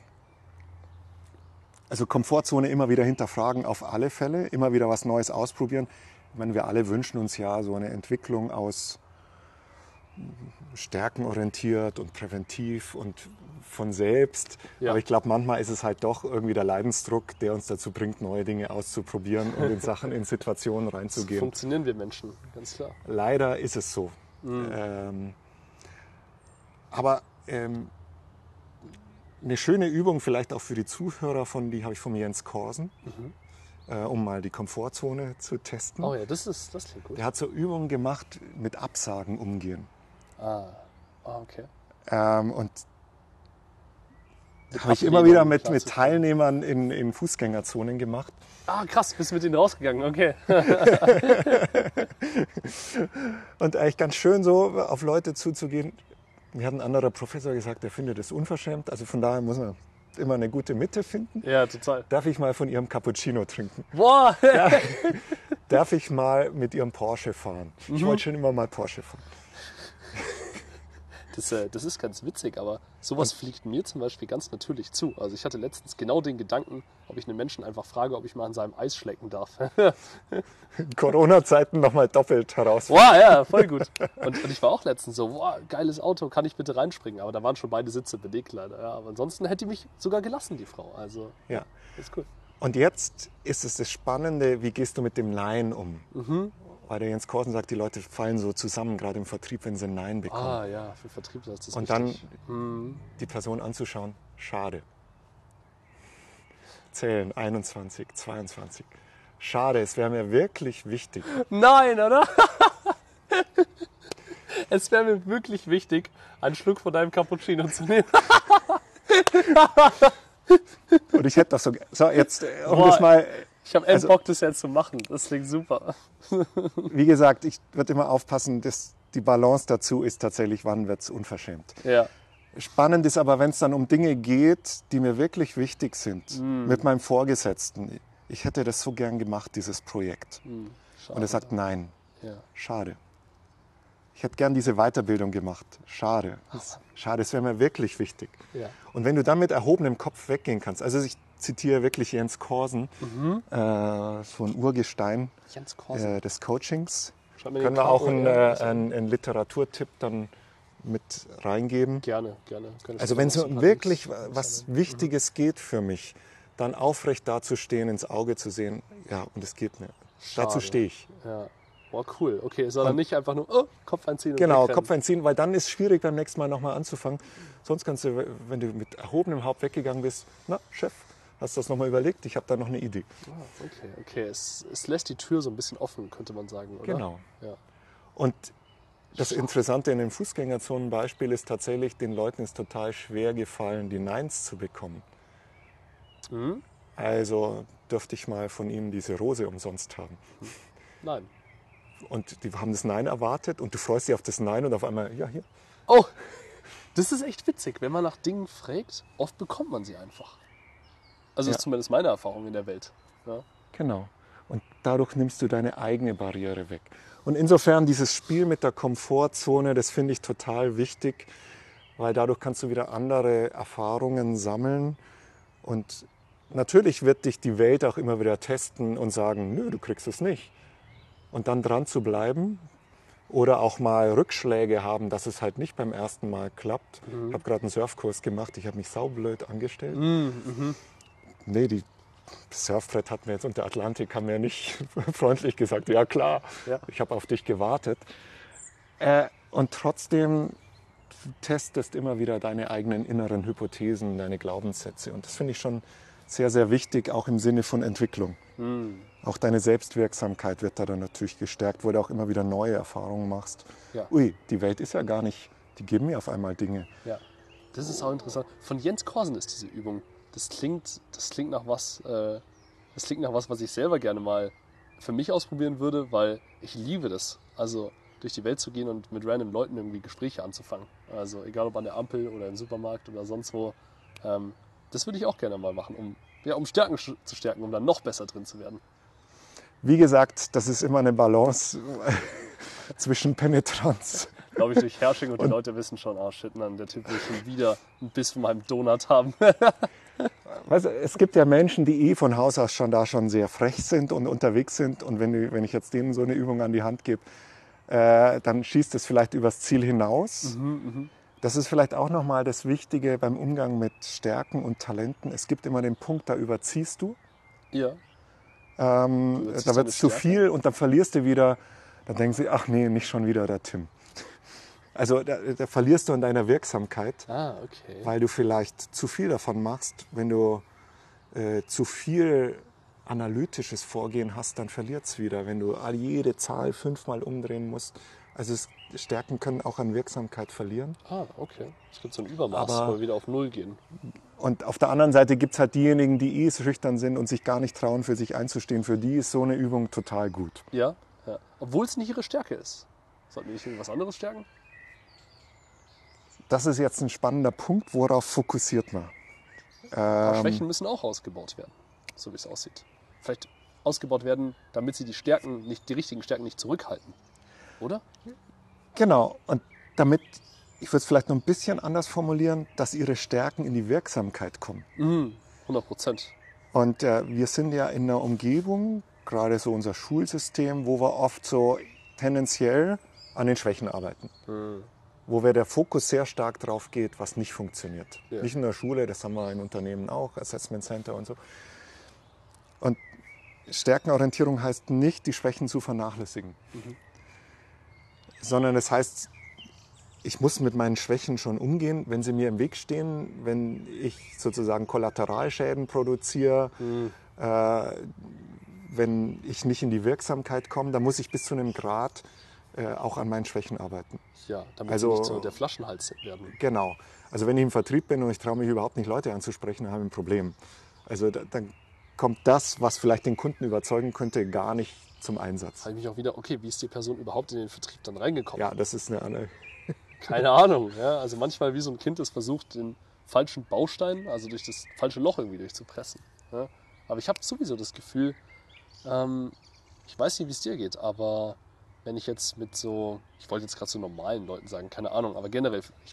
also Komfortzone immer wieder hinterfragen auf alle Fälle, immer wieder was Neues ausprobieren. Ich meine, wir alle wünschen uns ja so eine Entwicklung aus stärkenorientiert und präventiv und von selbst. Ja. Aber ich glaube, manchmal ist es halt doch irgendwie der Leidensdruck, der uns dazu bringt, neue Dinge auszuprobieren und in Sachen, in Situationen reinzugehen. So funktionieren wir Menschen, ganz klar. Leider ist es so. Mhm. Ähm, aber ähm, eine schöne Übung vielleicht auch für die Zuhörer, von die habe ich von Jens Korsen, mhm. äh, um mal die Komfortzone zu testen. Oh ja, das ist, das klingt gut. Der hat so Übungen gemacht, mit Absagen umgehen. Ah, ah okay. Ähm, und habe ich immer wieder mit, mit Teilnehmern in, in Fußgängerzonen gemacht. Ah, krass, bist du mit denen rausgegangen, okay. Und eigentlich ganz schön so auf Leute zuzugehen. Mir hat ein anderer Professor gesagt, er findet es unverschämt. Also von daher muss man immer eine gute Mitte finden. Ja, total. Darf ich mal von Ihrem Cappuccino trinken? Boah! Ja. Darf ich mal mit Ihrem Porsche fahren? Mhm. Ich wollte schon immer mal Porsche fahren. Das, äh, das ist ganz witzig, aber sowas fliegt mir zum Beispiel ganz natürlich zu. Also ich hatte letztens genau den Gedanken, ob ich einen Menschen einfach frage, ob ich mal an seinem Eis schlecken darf. In Corona-Zeiten nochmal doppelt herausfordernd. Wow, ja, voll gut. Und, und ich war auch letztens so, wow, geiles Auto, kann ich bitte reinspringen? Aber da waren schon beide Sitze belegt leider. Ja, aber ansonsten hätte die mich sogar gelassen, die Frau. Also, ja. Das ist cool. Und jetzt ist es das Spannende, wie gehst du mit dem Nein um? Mhm. Weil der Jens Korsen sagt, die Leute fallen so zusammen, gerade im Vertrieb, wenn sie ein Nein bekommen. Ah ja, für Vertrieb ist das Und wichtig. dann hm. die Person anzuschauen, schade. Zählen, einundzwanzig, zweiundzwanzig. Schade, es wäre mir wirklich wichtig. Nein, oder? Es wäre mir wirklich wichtig, einen Schluck von deinem Cappuccino zu nehmen. Und ich hätte das so... So, jetzt, um das mal... Ich habe echt also, Bock, das jetzt zu machen. Das klingt super. Wie gesagt, ich würde immer aufpassen, dass die Balance dazu ist tatsächlich, wann wird es unverschämt. Ja. Spannend ist aber, wenn es dann um Dinge geht, die mir wirklich wichtig sind, mm. mit meinem Vorgesetzten. Ich hätte das so gern gemacht, dieses Projekt. Mm. Und er sagt, nein, ja. Schade. Ich hätte gern diese Weiterbildung gemacht. Schade. Das, schade, es wäre mir wirklich wichtig. Ja. Und wenn du dann mit erhobenem Kopf weggehen kannst, also ich, zitiere wirklich Jens Korsen, Mhm. äh, so ein Urgestein Jens Korsen. äh, des Coachings. Schreib mir den Können wir K auch O einen, R, äh, einen, einen Literaturtipp dann mit reingeben. Gerne, gerne. Gerne Also später wenn noch es so ein um paar wirklich Links- Links was sammeln. Wichtiges geht für mich, dann aufrecht dazustehen, ins Auge zu sehen, ja, und es geht mir. Dazu Schade. stehe ich. Ja. Boah, cool. Okay, sondern Und- nicht einfach nur oh, Kopf einziehen und Genau, wegrennen. Kopf einziehen, weil dann ist es schwierig, beim nächsten Mal nochmal anzufangen. Sonst kannst du, wenn du mit erhobenem Haupt weggegangen bist, na, Chef, hast du das nochmal überlegt? Ich habe da noch eine Idee. Ah, okay, okay. Es, es lässt die Tür so ein bisschen offen, könnte man sagen, oder? Genau. Ja. Und das Interessante in dem Fußgängerzonenbeispiel ist tatsächlich, den Leuten ist total schwer gefallen, die Neins zu bekommen. Mhm. Also dürfte ich mal von ihnen diese Rose umsonst haben. Nein. Und die haben das Nein erwartet und du freust dich auf das Nein und auf einmal, ja, hier. Oh, das ist echt witzig. Wenn man nach Dingen fragt, oft bekommt man sie einfach. Also Ja. ist zumindest meine Erfahrung in der Welt. Ja. Genau. Und dadurch nimmst du deine eigene Barriere weg. Und insofern dieses Spiel mit der Komfortzone, das finde ich total wichtig, weil dadurch kannst du wieder andere Erfahrungen sammeln. Und natürlich wird dich die Welt auch immer wieder testen und sagen, nö, du kriegst es nicht. Und dann dran zu bleiben oder auch mal Rückschläge haben, dass es halt nicht beim ersten Mal klappt. Mhm. Ich habe gerade einen Surfkurs gemacht, ich habe mich saublöd angestellt. Mhm. Mhm. Nee, die Surfbrett hat mir jetzt und der Atlantik haben mir nicht freundlich gesagt, ja klar, Ja. ich habe auf dich gewartet. Äh, und trotzdem testest immer wieder deine eigenen inneren Hypothesen, deine Glaubenssätze. Und das finde ich schon sehr, sehr wichtig, auch im Sinne von Entwicklung. Mhm. Auch deine Selbstwirksamkeit wird da dann natürlich gestärkt, wo du auch immer wieder neue Erfahrungen machst. Ja. Ui, die Welt ist ja gar nicht, die geben mir auf einmal Dinge. Ja, das ist auch interessant. Von Jens Korsen ist diese Übung. Das klingt, das klingt nach was, äh, das klingt nach was, was ich selber gerne mal für mich ausprobieren würde, weil ich liebe das. Also durch die Welt zu gehen und mit random Leuten irgendwie Gespräche anzufangen. Also egal ob an der Ampel oder im Supermarkt oder sonst wo. Ähm, das würde ich auch gerne mal machen, um, ja, um Stärken sch- zu stärken, um dann noch besser drin zu werden. Wie gesagt, das ist immer eine Balance zwischen Penetranz. Glaube ich durch Herrsching und die Leute wissen schon, ah shit, man, der Typ will schon wieder ein Biss von meinem Donut haben. Weißt du, es gibt ja Menschen, die eh von Haus aus schon da schon sehr frech sind und unterwegs sind. Und wenn, du, wenn ich jetzt denen so eine Übung an die Hand gebe, äh, dann schießt es vielleicht übers Ziel hinaus. Mhm, Das ist vielleicht auch nochmal das Wichtige beim Umgang mit Stärken und Talenten. Es gibt immer den Punkt, da überziehst du. ja. Ähm, überziehst da deine wird es zu Stärke? viel und dann verlierst du wieder. Dann denken sie, ach nee, nicht schon wieder der Tim. Also da, da verlierst du an deiner Wirksamkeit, Ah, okay. weil du vielleicht zu viel davon machst. Wenn du äh, zu viel analytisches Vorgehen hast, dann verliert es wieder. Wenn du all jede Zahl fünfmal umdrehen musst. Also es, Stärken können auch an Wirksamkeit verlieren. Ah, okay. Es gibt so ein Übermaß, Aber- wo wir wieder auf Null gehen. Und auf der anderen Seite gibt es halt diejenigen, die eh schüchtern sind und sich gar nicht trauen, für sich einzustehen. Für die ist so eine Übung total gut. Ja, ja. Obwohl es nicht ihre Stärke ist. Sollten wir nicht irgendwas anderes stärken? Das ist jetzt ein spannender Punkt, worauf fokussiert man? Ein paar Ähm, Schwächen müssen auch ausgebaut werden, so wie es aussieht. Vielleicht ausgebaut werden, damit sie die Stärken, nicht, die richtigen Stärken nicht zurückhalten. Oder? Genau. Und damit, ich würde es vielleicht noch ein bisschen anders formulieren, dass ihre Stärken in die Wirksamkeit kommen. Mhm. hundert Prozent. Und äh, wir sind ja in einer Umgebung, gerade so unser Schulsystem, wo wir oft so tendenziell an den Schwächen arbeiten. Mhm. Wo wir der Fokus sehr stark drauf geht, was nicht funktioniert. Ja. Nicht in der Schule, das haben wir in Unternehmen auch, Assessment Center und so. Und Stärkenorientierung heißt nicht, die Schwächen zu vernachlässigen. Mhm. Sondern es heißt, ich muss mit meinen Schwächen schon umgehen, wenn sie mir im Weg stehen, wenn ich sozusagen Kollateralschäden produziere, Mhm. äh, wenn ich nicht in die Wirksamkeit komme, dann muss ich bis zu einem Grad äh, auch an meinen Schwächen arbeiten. Ja, damit Also- sie nicht so der Flaschenhals werden. Genau. Also wenn ich im Vertrieb bin und ich traue mich überhaupt nicht, Leute anzusprechen, dann habe ich ein Problem. Also da, dann kommt das, was vielleicht den Kunden überzeugen könnte, gar nicht zum Einsatz. Frage ich mich auch wieder, okay, wie ist die Person überhaupt in den Vertrieb dann reingekommen? Ja, das ist eine andere. Keine Ahnung. Ja? Also manchmal wie so ein Kind, das versucht, den falschen Baustein, also durch das falsche Loch irgendwie durchzupressen. Ja? Aber ich habe sowieso das Gefühl, ähm, ich weiß nicht, wie es dir geht, aber wenn ich jetzt mit so, ich wollte jetzt gerade so normalen Leuten sagen, keine Ahnung, aber generell, ich glaube,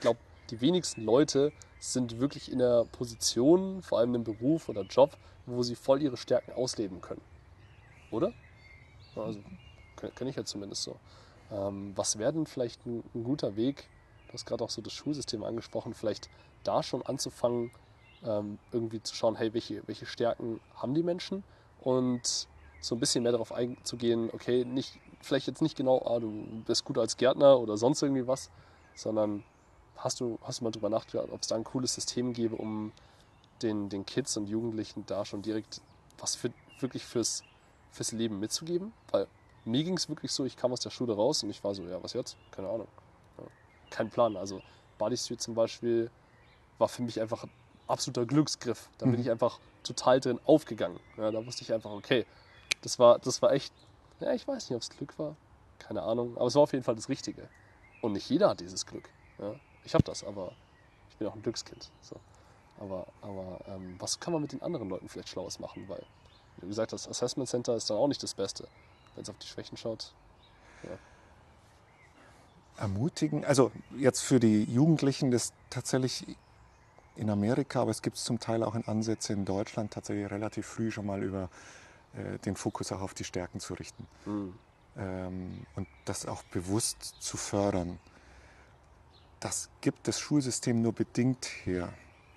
die wenigsten Leute sind wirklich in der Position, vor allem im Beruf oder Job, wo sie voll ihre Stärken ausleben können. Oder? Also, kenne ich ja zumindest so. Ähm, was wäre denn vielleicht ein, ein guter Weg, du hast gerade auch so das Schulsystem angesprochen, vielleicht da schon anzufangen, ähm, irgendwie zu schauen, hey, welche, welche Stärken haben die Menschen und so ein bisschen mehr darauf einzugehen, okay, nicht, vielleicht jetzt nicht genau, ah, du bist gut als Gärtner oder sonst irgendwie was, sondern hast du, hast du mal drüber nachgedacht, ob es da ein cooles System gäbe, um den, den Kids und Jugendlichen da schon direkt was für, wirklich fürs, fürs Leben mitzugeben? Weil mir ging es wirklich so, ich kam aus der Schule raus und ich war so, ja, was jetzt? Keine Ahnung. Ja, kein Plan. Also Body Street zum Beispiel war für mich einfach ein absoluter Glücksgriff. Da bin Mhm. ich einfach total drin aufgegangen. Ja, da wusste ich einfach, okay, das war, das war echt, ja, ich weiß nicht, ob es Glück war. Keine Ahnung. Aber es war auf jeden Fall das Richtige. Und nicht jeder hat dieses Glück. Ja, ich habe das, aber ich bin auch ein Glückskind. So. Aber, aber ähm, was kann man mit den anderen Leuten vielleicht Schlaues machen? Weil, wie du gesagt hast, Assessment Center ist dann auch nicht das Beste, wenn es auf die Schwächen schaut. Ja. Ermutigen, also jetzt für die Jugendlichen, das tatsächlich in Amerika, aber es gibt es zum Teil auch in Ansätze in Deutschland, tatsächlich relativ früh schon mal über äh, den Fokus auch auf die Stärken zu richten. Mhm. Ähm, und das auch bewusst zu fördern. Das gibt das Schulsystem nur bedingt her.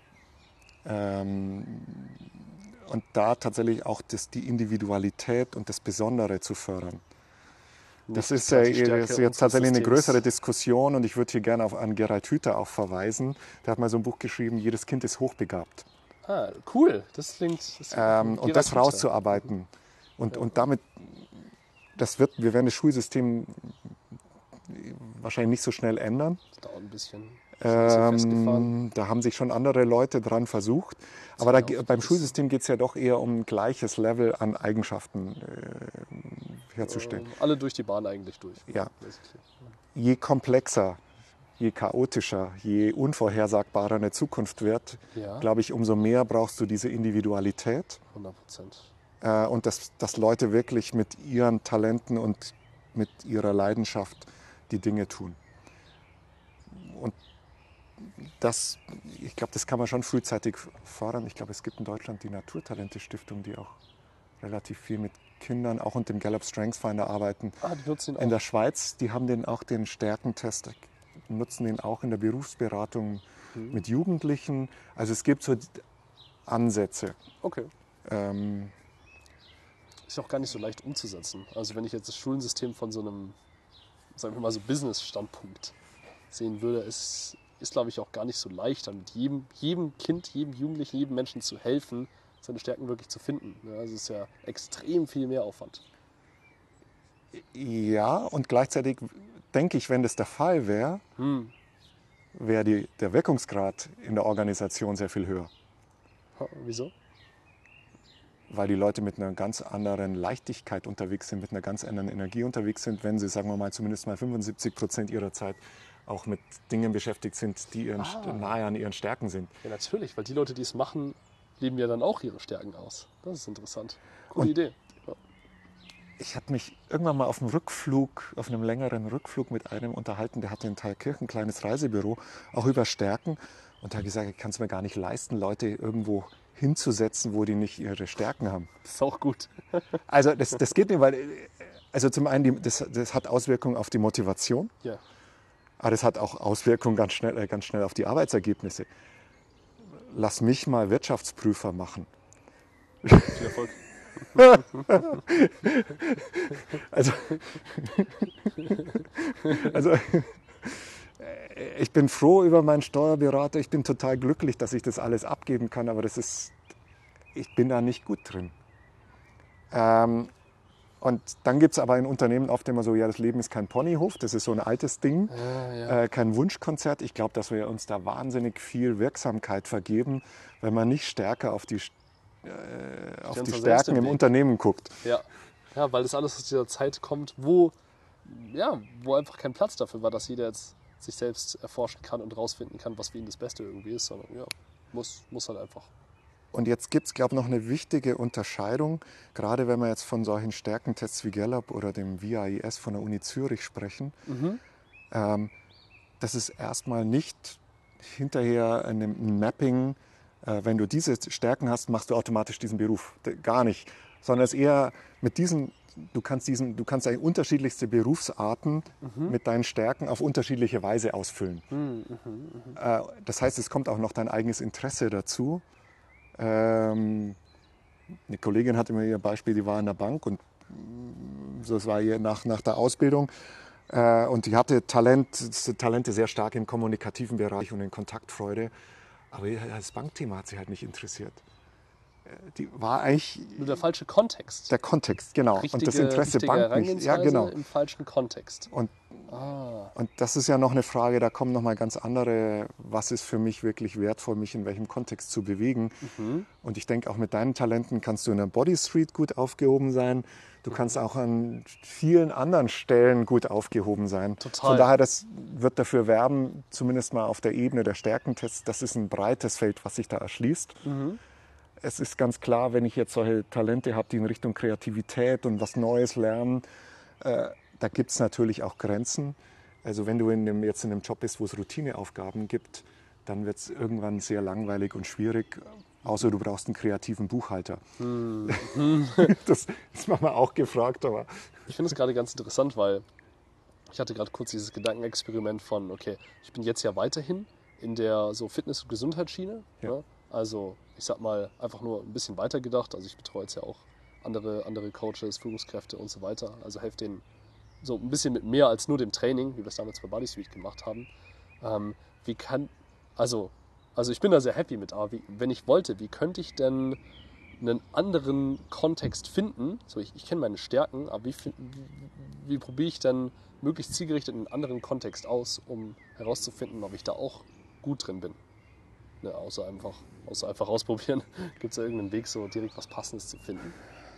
Ähm, und da tatsächlich auch das, die Individualität und das Besondere zu fördern. Das Nicht ist, die äh, gleiche Stärke ist jetzt unseres tatsächlich eine Systems. größere Diskussion und ich würde hier gerne auf, an Gerald Hüther auch verweisen. Der hat mal so ein Buch geschrieben, jedes Kind ist hochbegabt. Ah, cool. Das klingt... Das Ähm, und das Hüther. rauszuarbeiten. Und, Ja. und damit, das wird, wir werden das Schulsystem wahrscheinlich nicht so schnell ändern. Das dauert ein bisschen. Das ist ein bisschen festgefahren. Ähm, da haben sich schon andere Leute dran versucht. Aber da, Ja, beim das- Schulsystem geht es ja doch eher um ein gleiches Level an Eigenschaften äh, herzustellen. Ähm, alle durch die Bahn eigentlich durch. Ja. Basically. Je komplexer, je chaotischer, je unvorhersagbarer eine Zukunft wird, Ja, glaube ich, umso mehr brauchst du diese Individualität hundert Prozent. äh, und dass, dass Leute wirklich mit ihren Talenten und mit ihrer Leidenschaft die Dinge tun. Und das, ich glaube, das kann man schon frühzeitig fördern. Ich glaube, es gibt in Deutschland die Naturtalente-Stiftung, die auch relativ viel mit Kindern, auch und dem Gallup Strengths Finder arbeiten. Ah, die nutzen ihn auch. In der Schweiz, die haben den auch den Stärkentest, nutzen den auch in der Berufsberatung Mhm. mit Jugendlichen. Also es gibt so Ansätze. Okay. Ähm, Ist auch gar nicht so leicht umzusetzen. Also wenn ich jetzt das Schulsystem von so einem, sagen wir mal so Business-Standpunkt sehen würde, ist, ist glaube ich auch gar nicht so leicht, damit jedem, jedem Kind, jedem Jugendlichen, jedem Menschen zu helfen, seine Stärken wirklich zu finden. Ja, also es ist ja extrem viel mehr Aufwand. ja, und gleichzeitig denke ich, wenn das der Fall wäre, Hm. wäre die, der Wirkungsgrad in der Organisation sehr viel höher. Ha, wieso? Weil die Leute mit einer ganz anderen Leichtigkeit unterwegs sind, mit einer ganz anderen Energie unterwegs sind, wenn sie, sagen wir mal, zumindest mal fünfundsiebzig Prozent ihrer Zeit auch mit Dingen beschäftigt sind, die ihren, Ah. nahe an ihren Stärken sind. Ja, natürlich, weil die Leute, die es machen, leben ja dann auch ihre Stärken aus. Das ist interessant. Coole Und- Idee. Ja. Ich habe mich irgendwann mal auf einem Rückflug, auf einem längeren Rückflug mit einem unterhalten, der hatte in Thalkirchen ein kleines Reisebüro, auch über Stärken. Und da hat gesagt, ich kann es mir gar nicht leisten, Leute irgendwo hinzusetzen, wo die nicht ihre Stärken haben. Das ist auch gut. Also das, das geht nicht, weil, also zum einen, die, das, das hat Auswirkungen auf die Motivation, Ja. aber das hat auch Auswirkungen ganz schnell, äh, ganz schnell auf die Arbeitsergebnisse. Lass mich mal Wirtschaftsprüfer machen. Viel Erfolg. Also, also ich bin froh über meinen Steuerberater. Ich bin total glücklich, dass ich das alles abgeben kann, aber das ist, ich bin da nicht gut drin. Ähm, und dann gibt es aber in Unternehmen oft immer so, ja, das Leben ist kein Ponyhof, das ist so ein altes Ding, Ja, ja. äh, kein Wunschkonzert. Ich glaube, dass wir uns da wahnsinnig viel Wirksamkeit vergeben, wenn man nicht stärker auf die, äh, auf die uns da selbst Stärken im im Weg. Unternehmen guckt. Ja. Ja, weil das alles aus dieser Zeit kommt, wo, ja, wo einfach kein Platz dafür war, dass jeder jetzt sich selbst erforschen kann und rausfinden kann, was für ihn das Beste irgendwie ist, sondern ja, muss, muss halt einfach. Und jetzt gibt es, glaube ich, noch eine wichtige Unterscheidung, gerade wenn wir jetzt von solchen Stärkentests wie Gallup oder dem V I I S von der Uni Zürich sprechen. Mhm. Ähm, das ist erstmal nicht hinterher ein, ein Mapping, äh, wenn du diese Stärken hast, machst du automatisch diesen Beruf. Gar nicht. Sondern es ist eher mit diesen, du kannst diesen, du kannst eigentlich unterschiedlichste Berufsarten mhm. mit deinen Stärken auf unterschiedliche Weise ausfüllen. Mhm, mh, mh. Äh, das heißt, es kommt auch noch dein eigenes Interesse dazu. Ähm, eine Kollegin hatte mir ihr Beispiel, die war in der Bank und so, das war ihr nach, nach der Ausbildung. Äh, und die hatte Talent, Talente sehr stark im kommunikativen Bereich und in Kontaktfreude. Aber das Bankthema hat sie halt nicht interessiert. Die war eigentlich nur der falsche Kontext. Der Kontext, genau. Richtige, und das Interesse Bank nicht. Ja, genau. Im falschen Kontext. Und, ah. und das ist ja noch eine Frage, da kommen nochmal ganz andere, was ist für mich wirklich wertvoll, mich in welchem Kontext zu bewegen. Mhm. Und ich denke, auch mit deinen Talenten kannst du in der Body Street gut aufgehoben sein. Du kannst auch an vielen anderen Stellen gut aufgehoben sein. Total. Von daher, das wird dafür werben, zumindest mal auf der Ebene der Stärkentests, das ist ein breites Feld, was sich da erschließt. Mhm. Es ist ganz klar, wenn ich jetzt solche Talente habe, die in Richtung Kreativität und was Neues lernen, äh, da gibt es natürlich auch Grenzen. Also wenn du in dem, jetzt in einem Job bist, wo es Routineaufgaben gibt, dann wird es irgendwann sehr langweilig und schwierig, außer du brauchst einen kreativen Buchhalter. Hm. Das ist manchmal auch gefragt. Aber ich finde es gerade ganz interessant, weil ich hatte gerade kurz dieses Gedankenexperiment von, okay, ich bin jetzt ja weiterhin in der so Fitness- und Gesundheitsschiene. Ja. Ne? Also ich sag mal, einfach nur ein bisschen weiter gedacht. Also ich betreue jetzt ja auch andere, andere Coaches, Führungskräfte und so weiter. Also helfe denen so ein bisschen mit mehr als nur dem Training, wie wir es damals bei Body Street gemacht haben. Ähm, wie kann, also, also ich bin da sehr happy mit, aber wie, wenn ich wollte, wie könnte ich denn einen anderen Kontext finden? So, ich, ich kenne meine Stärken, aber wie, wie, wie probiere ich denn möglichst zielgerichtet einen anderen Kontext aus, um herauszufinden, ob ich da auch gut drin bin? Ne, außer einfach, außer einfach ausprobieren. Gibt es da irgendeinen Weg, so direkt was Passendes zu finden?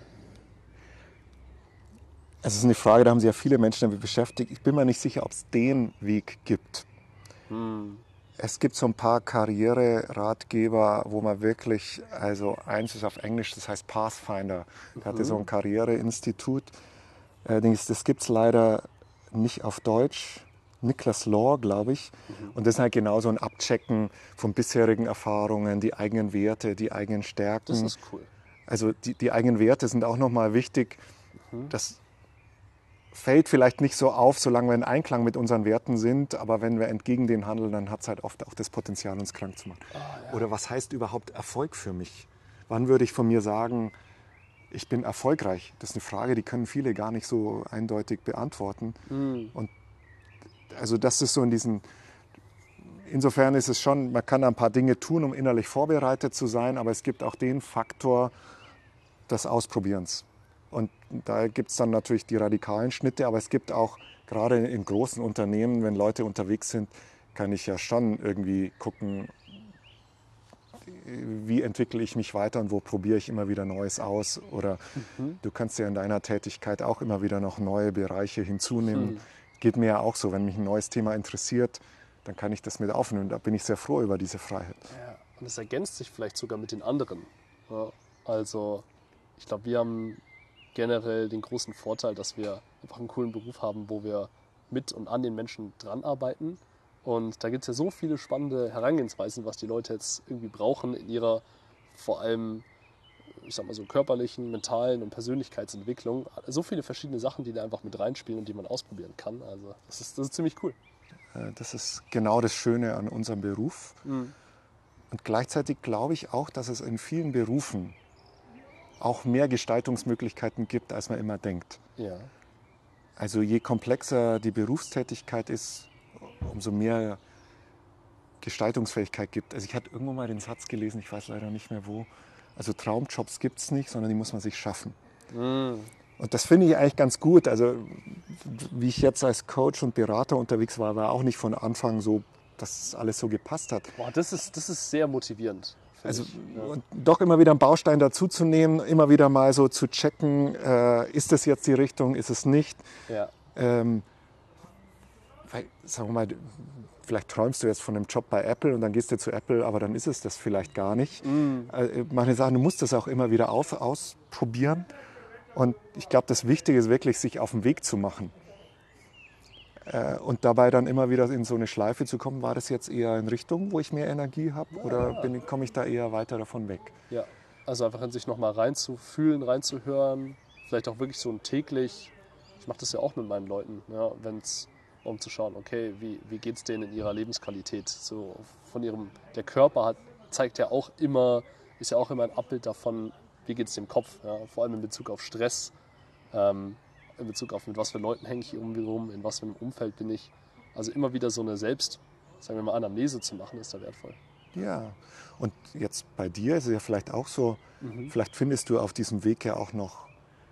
Es ist eine Frage, da haben sich ja viele Menschen damit beschäftigt. Ich bin mir nicht sicher, ob es den Weg gibt. Hm. Es gibt so ein paar Karriereratgeber, wo man wirklich, also eins ist auf Englisch, das heißt Pathfinder. Der mhm. hatte so ein Karriereinstitut. Allerdings, das gibt es leider nicht auf Deutsch. Niklas Law, glaube ich. Mhm. Und das ist halt genau so ein Abchecken von bisherigen Erfahrungen, die eigenen Werte, die eigenen Stärken. Das ist cool. Also die, die eigenen Werte sind auch nochmal wichtig. Mhm. Das fällt vielleicht nicht so auf, solange wir in Einklang mit unseren Werten sind. Aber wenn wir entgegen denen handeln, dann hat es halt oft auch das Potenzial, uns krank zu machen. Oh, ja. Oder was heißt überhaupt Erfolg für mich? Wann würde ich von mir sagen, ich bin erfolgreich? Das ist eine Frage, die können viele gar nicht so eindeutig beantworten. Mhm. Und also das ist so in diesen, insofern ist es schon, man kann ein paar Dinge tun, um innerlich vorbereitet zu sein, aber es gibt auch den Faktor des Ausprobierens. Und da gibt es dann natürlich die radikalen Schnitte, aber es gibt auch, gerade in großen Unternehmen, wenn Leute unterwegs sind, kann ich ja schon irgendwie gucken, wie entwickle ich mich weiter und wo probiere ich immer wieder Neues aus. Oder mhm. du kannst ja in deiner Tätigkeit auch immer wieder noch neue Bereiche hinzunehmen. Mhm. Geht mir ja auch so, wenn mich ein neues Thema interessiert, dann kann ich das mit aufnehmen. Da bin ich sehr froh über diese Freiheit. Ja, und es ergänzt sich vielleicht sogar mit den anderen. Ja, also ich glaube, wir haben generell den großen Vorteil, dass wir einfach einen coolen Beruf haben, wo wir mit und an den Menschen dran arbeiten. Und da gibt es ja so viele spannende Herangehensweisen, was die Leute jetzt irgendwie brauchen in ihrer vor allem, ich sag mal so, körperlichen, mentalen und Persönlichkeitsentwicklung. So viele verschiedene Sachen, die da einfach mit reinspielen und die man ausprobieren kann. Also das ist, das ist ziemlich cool. Das ist genau das Schöne an unserem Beruf. Mhm. Und gleichzeitig glaube ich auch, dass es in vielen Berufen auch mehr Gestaltungsmöglichkeiten gibt, als man immer denkt. Ja. Also je komplexer die Berufstätigkeit ist, umso mehr Gestaltungsfähigkeit gibt. Also ich hatte irgendwo mal den Satz gelesen, ich weiß leider nicht mehr wo, also Traumjobs gibt es nicht, sondern die muss man sich schaffen. Mm. Und das finde ich eigentlich ganz gut. Also wie ich jetzt als Coach und Berater unterwegs war, war auch nicht von Anfang so, dass alles so gepasst hat. Boah, das ist, das ist sehr motivierend. Also ja. Und doch immer wieder einen Baustein dazuzunehmen, immer wieder mal so zu checken, äh, ist das jetzt die Richtung, ist es nicht. Ja. Ähm, weil, sagen wir mal, vielleicht träumst du jetzt von einem Job bei Apple und dann gehst du zu Apple, aber dann ist es das vielleicht gar nicht. Mm. Also, manche sagen, du musst das auch immer wieder auf, ausprobieren. Und ich glaube, das Wichtige ist wirklich, sich auf den Weg zu machen. Äh, und dabei dann immer wieder in so eine Schleife zu kommen, war das jetzt eher in Richtung, wo ich mehr Energie habe, Ja, oder ja. bin, komme ich da eher weiter davon weg? Ja, also einfach in sich nochmal reinzufühlen, reinzuhören, vielleicht auch wirklich so ein täglich, ich mache das ja auch mit meinen Leuten, ja, wenn es um zu schauen, okay, wie, wie geht es denen in ihrer Lebensqualität, so von ihrem, der Körper hat, zeigt ja auch immer, ist ja auch immer ein Abbild davon, wie geht es dem Kopf, ja, vor allem in Bezug auf Stress, ähm, in Bezug auf mit was für Leuten hänge ich hier um mich rum, in was für einem Umfeld bin ich, also immer wieder so eine Selbst, sagen wir mal, Anamnese zu machen, ist da wertvoll. Ja, und jetzt bei dir ist es ja vielleicht auch so, Mhm. vielleicht findest du auf diesem Weg ja auch noch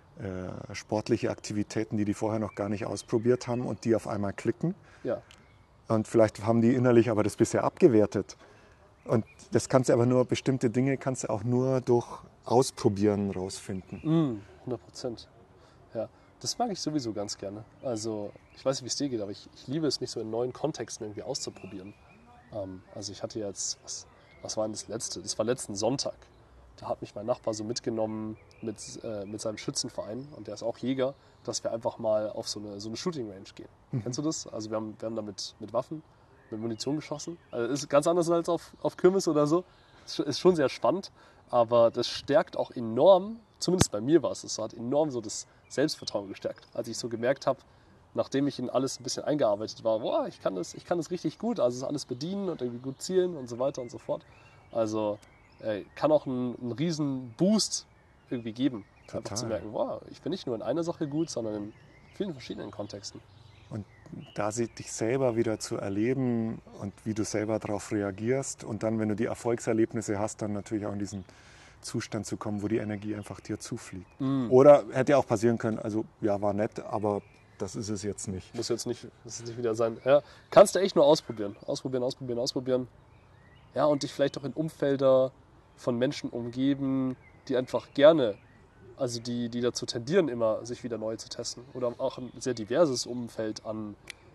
äh, sportliche Aktivitäten, die die vorher noch gar nicht ausprobiert haben und die auf einmal klicken. Ja. Und vielleicht haben die innerlich aber das bisher abgewertet. Und das kannst du aber nur, bestimmte Dinge kannst du auch nur durch Ausprobieren rausfinden. Mm, hundert Prozent. Ja, das mag ich sowieso ganz gerne. Also, ich weiß nicht, wie es dir geht, aber ich, ich liebe es, mich so in neuen Kontexten irgendwie auszuprobieren. Ähm, also, ich hatte jetzt, was, was war denn das letzte? Das war letzten Sonntag. Da hat mich mein Nachbar so mitgenommen mit, äh, mit seinem Schützenverein, und der ist auch Jäger, dass wir einfach mal auf so eine, so eine Shooting Range gehen. Mhm. Kennst du das? Also, wir haben, wir haben da mit, mit Waffen, mit Munition geschossen. Also, ist ganz anders als auf, auf Kirmes oder so. Ist, ist schon sehr spannend, aber das stärkt auch enorm, zumindest bei mir war es, es hat enorm so das Selbstvertrauen gestärkt, als ich so gemerkt habe, nachdem ich in alles ein bisschen eingearbeitet war, boah, ich kann das, ich kann das richtig gut, also es alles bedienen und irgendwie gut zielen und so weiter und so fort. Also äh, kann auch einen, einen riesen Boost irgendwie geben, Total. Einfach zu merken, wow, ich bin nicht nur in einer Sache gut, sondern in vielen verschiedenen Kontexten. Und da sie dich selber wieder zu erleben und wie du selber darauf reagierst und dann, wenn du die Erfolgserlebnisse hast, dann natürlich auch in diesen Zustand zu kommen, wo die Energie einfach dir zufliegt. Mm. Oder hätte ja auch passieren können, also ja, war nett, aber das ist es jetzt nicht. Muss jetzt nicht, muss jetzt nicht wieder sein. Ja, kannst du echt nur ausprobieren. Ausprobieren, ausprobieren, ausprobieren. Ja, und dich vielleicht auch in Umfelder von Menschen umgeben, die einfach gerne, also die, die dazu tendieren, immer sich wieder neu zu testen. Oder auch ein sehr diverses Umfeld an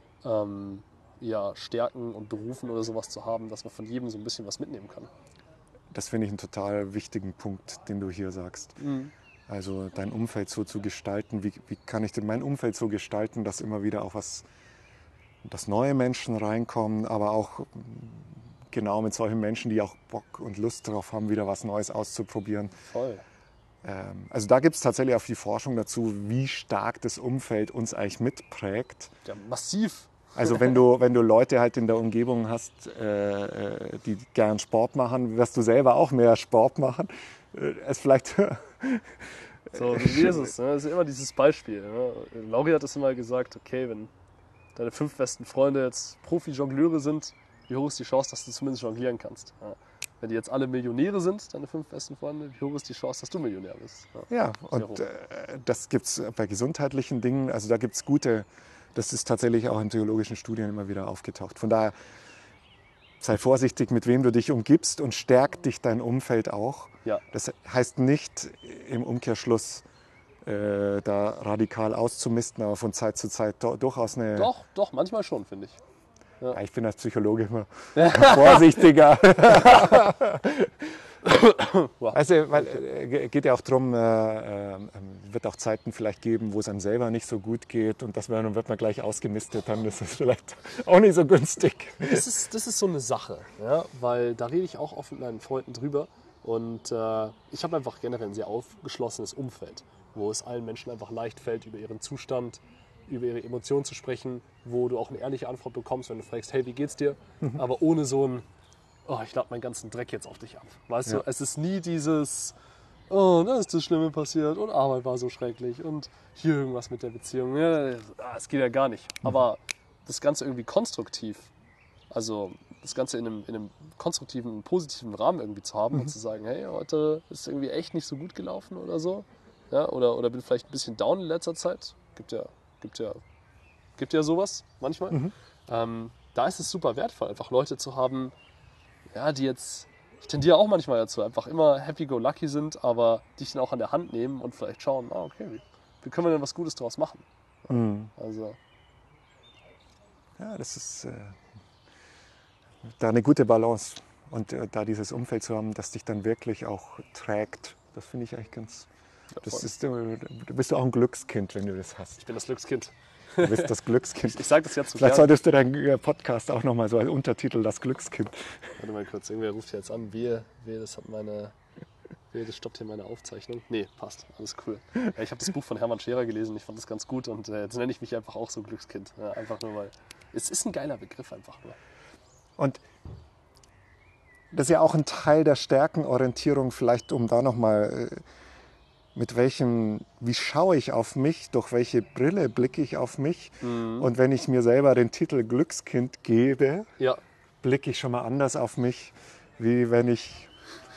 ähm, ja, Stärken und Berufen oder sowas zu haben, dass man von jedem so ein bisschen was mitnehmen kann. Das finde ich einen total wichtigen Punkt, den du hier sagst. Mhm. Also dein Umfeld so zu gestalten, wie, wie kann ich denn mein Umfeld so gestalten, dass immer wieder auch was, dass neue Menschen reinkommen, aber auch genau mit solchen Menschen, die auch Bock und Lust darauf haben, wieder was Neues auszuprobieren. Voll. Ähm, also da gibt es tatsächlich auch viel Forschung dazu, wie stark das Umfeld uns eigentlich mitprägt. Ja, massiv. Also wenn du, wenn du Leute halt in der Umgebung hast, äh, die gern Sport machen, wirst du selber auch mehr Sport machen. Äh, es vielleicht So, wie ist es? Ne? Das ist immer dieses Beispiel. Ne? Lauri hat es immer gesagt, okay, wenn deine fünf besten Freunde jetzt Profi-Jongleure sind, wie hoch ist die Chance, dass du zumindest jonglieren kannst? Ja. Wenn die jetzt alle Millionäre sind, deine fünf besten Freunde, wie hoch ist die Chance, dass du Millionär bist? Ja, ja, und äh, das gibt es bei gesundheitlichen Dingen, also da gibt es gute, das ist tatsächlich auch in psychologischen Studien immer wieder aufgetaucht. Von daher sei vorsichtig, mit wem du dich umgibst, und stärkt dich dein Umfeld auch. Ja. Das heißt nicht im Umkehrschluss, äh, da radikal auszumisten, aber von Zeit zu Zeit do, durchaus eine... Doch, doch, manchmal schon, finde ich. Ja. Ja, ich bin als Psychologe immer vorsichtiger. Wow. Also, weil äh, geht ja auch darum, äh, äh, wird auch Zeiten vielleicht geben, wo es einem selber nicht so gut geht, und das dann wird man gleich ausgemistet, dann ist es vielleicht auch nicht so günstig. Das ist, das ist so eine Sache, ja, weil da rede ich auch oft mit meinen Freunden drüber, und äh, ich habe einfach generell ein sehr aufgeschlossenes Umfeld, wo es allen Menschen einfach leicht fällt, über ihren Zustand, über ihre Emotionen zu sprechen, wo du auch eine ehrliche Antwort bekommst, wenn du fragst, hey, wie geht's dir? Mhm. Aber ohne so ein, oh, ich lade meinen ganzen Dreck jetzt auf dich ab. Weißt ja. du, es ist nie dieses, oh, da ist das Schlimme passiert und Arbeit war so schrecklich und hier irgendwas mit der Beziehung. Ja, es geht ja gar nicht. Mhm. Aber das Ganze irgendwie konstruktiv, also das Ganze in einem, in einem konstruktiven, positiven Rahmen irgendwie zu haben, mhm. und zu sagen, hey, heute ist irgendwie echt nicht so gut gelaufen oder so. Ja, oder, oder bin vielleicht ein bisschen down in letzter Zeit. Gibt ja, gibt ja, gibt ja sowas manchmal. Mhm. Ähm, da ist es super wertvoll, einfach Leute zu haben, ja, die jetzt, ich tendiere auch manchmal dazu, einfach immer happy-go-lucky sind, aber dich dann auch an der Hand nehmen und vielleicht schauen, ah, okay, wie, wie können wir denn was Gutes daraus machen? Mhm. Also. Ja, das ist äh, da eine gute Balance, und äh, da dieses Umfeld zu haben, das dich dann wirklich auch trägt, das finde ich eigentlich ganz, ja, das ist, du bist auch ein Glückskind, wenn du das hast. Ich bin das Glückskind. Du bist das Glückskind. Ich sage das jetzt so Vielleicht gern. solltest du deinen Podcast auch nochmal so als Untertitel das Glückskind. Warte mal kurz, irgendwer ruft jetzt an. Wehe, wehe, das hat meine... Wehe, das stoppt hier meine Aufzeichnung. Nee, passt, alles cool. Ja, ich habe das Buch von Hermann Scherer gelesen, ich fand das ganz gut und äh, jetzt nenne ich mich einfach auch so Glückskind. Ja, einfach nur weil... Es ist ein geiler Begriff einfach nur. Und das ist ja auch ein Teil der Stärkenorientierung, vielleicht um da nochmal, mit welchem, wie schaue ich auf mich, durch welche Brille blicke ich auf mich. Mhm. Und wenn ich mir selber den Titel Glückskind gebe, ja. blicke ich schon mal anders auf mich, wie wenn ich...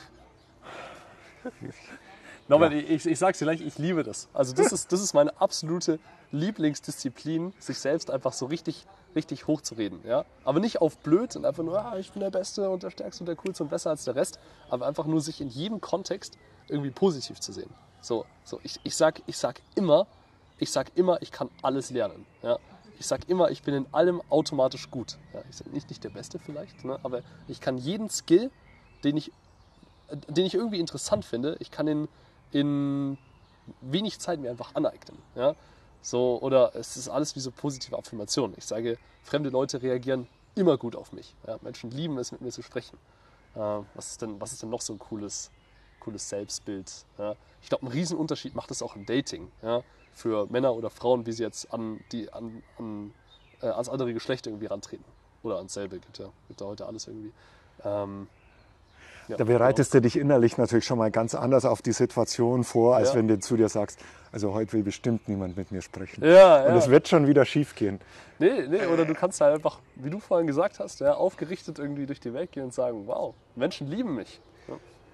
Nochmal, ja. ich, ich sag's dir gleich, ich liebe das. Also das ist, das ist meine absolute Lieblingsdisziplin, sich selbst einfach so richtig, richtig hochzureden. Ja? Aber nicht auf blöd und einfach nur, ah, ich bin der Beste und der Stärkste und der Coolste und besser als der Rest. Aber einfach nur sich in jedem Kontext irgendwie positiv zu sehen. So, so ich, ich, sag, ich sag immer, ich sag immer, ich kann alles lernen. Ja? Ich sag immer, ich bin in allem automatisch gut. Ja? Ich sag nicht, nicht der Beste vielleicht, ne? Aber ich kann jeden Skill, den ich, den ich irgendwie interessant finde, ich kann ihn in wenig Zeit mir einfach aneignen. Ja? So, oder es ist alles wie so positive Affirmationen. Ich sage, fremde Leute reagieren immer gut auf mich. Ja? Menschen lieben es, mit mir zu sprechen. Äh, was ist denn, was ist denn noch so ein cooles, cooles Selbstbild? Ja? Ich glaube, einen Riesenunterschied macht es auch im Dating. Ja? Für Männer oder Frauen, wie sie jetzt an die, an, an, äh, ans andere Geschlecht irgendwie rantreten. Oder ans selbe, gibt ja, gibt ja heute alles irgendwie. Ähm, Ja, da bereitest genau. du dich innerlich natürlich schon mal ganz anders auf die Situation vor, als ja. wenn du zu dir sagst, also heute will bestimmt niemand mit mir sprechen. Ja, und es ja. wird schon wieder schief gehen. Nee, nee, oder du kannst halt einfach, wie du vorhin gesagt hast, ja, aufgerichtet irgendwie durch die Welt gehen und sagen, wow, Menschen lieben mich. Ja.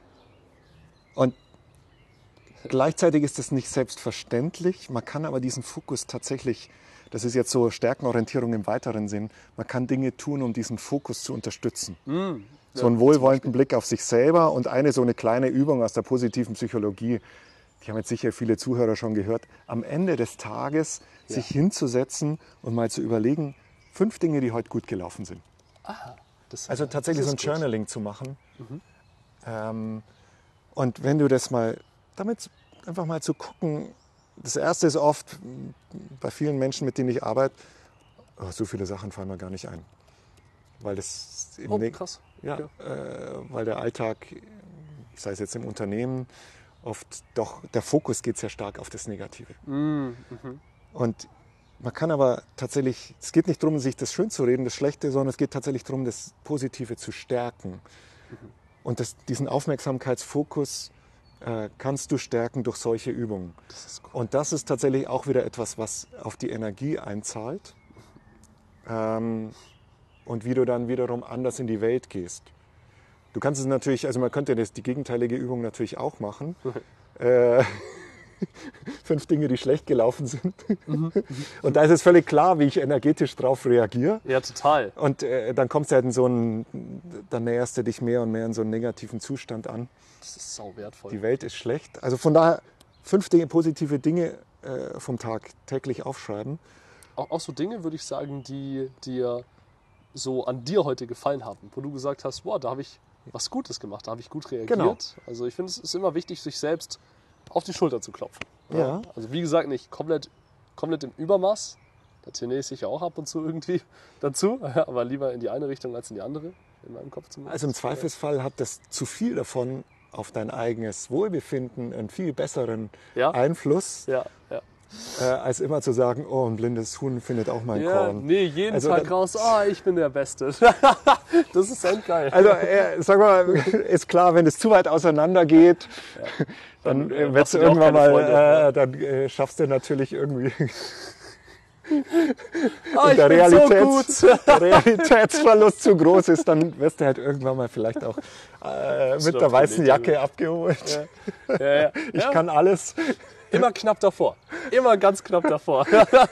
Und gleichzeitig ist das nicht selbstverständlich. Man kann aber diesen Fokus tatsächlich, das ist jetzt so Stärkenorientierung im weiteren Sinn, man kann Dinge tun, um diesen Fokus zu unterstützen. Mm. So einen wohlwollenden Blick auf sich selber und eine so eine kleine Übung aus der positiven Psychologie, die haben jetzt sicher viele Zuhörer schon gehört, am Ende des Tages ja. sich hinzusetzen und mal zu überlegen, fünf Dinge, die heute gut gelaufen sind. Aha, das, also tatsächlich das so ein gut. Journaling zu machen. Mhm. Ähm, und wenn du das mal, damit einfach mal zu gucken, das Erste ist oft, bei vielen Menschen, mit denen ich arbeite, oh, so viele Sachen fallen mir gar nicht ein. Weil das im oh, krass. Ja, ja. Äh, weil der Alltag, sei es jetzt im Unternehmen, oft doch, der Fokus geht sehr stark auf das Negative. Mhm. Und man kann aber tatsächlich, es geht nicht darum, sich das schön zu reden, das Schlechte, sondern es geht tatsächlich darum, das Positive zu stärken. Mhm. Und das, diesen Aufmerksamkeitsfokus äh, kannst du stärken durch solche Übungen. Das ist cool. Und das ist tatsächlich auch wieder etwas, was auf die Energie einzahlt. Ähm, und wie du dann wiederum anders in die Welt gehst. Du kannst es natürlich, also man könnte das, die gegenteilige Übung natürlich auch machen. äh, fünf Dinge, die schlecht gelaufen sind. Mhm. Und da ist es völlig klar, wie ich energetisch drauf reagiere. Ja, total. Und äh, dann kommst du halt in so einen, dann näherst du dich mehr und mehr in so einen negativen Zustand an. Das ist sau wertvoll. Die Welt ist schlecht. Also von daher fünf Dinge, positive Dinge äh, vom Tag täglich aufschreiben. Auch, auch so Dinge, würde ich sagen, die dir so an dir heute gefallen haben, wo du gesagt hast, wow, da habe ich was Gutes gemacht, da habe ich gut reagiert. Genau. Also ich finde, es ist immer wichtig, sich selbst auf die Schulter zu klopfen. Ja. Ja. Also wie gesagt, nicht komplett, komplett im Übermaß. Da trainiere ich sicher auch ab und zu irgendwie dazu, aber lieber in die eine Richtung als in die andere, in meinem Kopf zumindest. Also im Zweifelsfall hat das zu viel davon auf dein eigenes Wohlbefinden einen viel besseren ja. Einfluss. Ja, ja. Äh, als immer zu sagen, oh, ein blindes Huhn findet auch mein ja, Korn. Nee, jeden also Tag dann, raus, oh, ich bin der Beste. Das ist endgeil. Also, äh, sag mal, ist klar, wenn es zu weit auseinander geht, ja. dann, dann äh, wirst du irgendwann mal, Freunde, äh, dann äh, schaffst du natürlich irgendwie oh, und der, Realitäts, so der Realitätsverlust zu groß ist, dann wirst du halt irgendwann mal vielleicht auch äh, mit der weißen Jacke abgeholt. Ja. Ja, ja. Ich ja. kann alles. Immer knapp davor. Immer ganz knapp davor.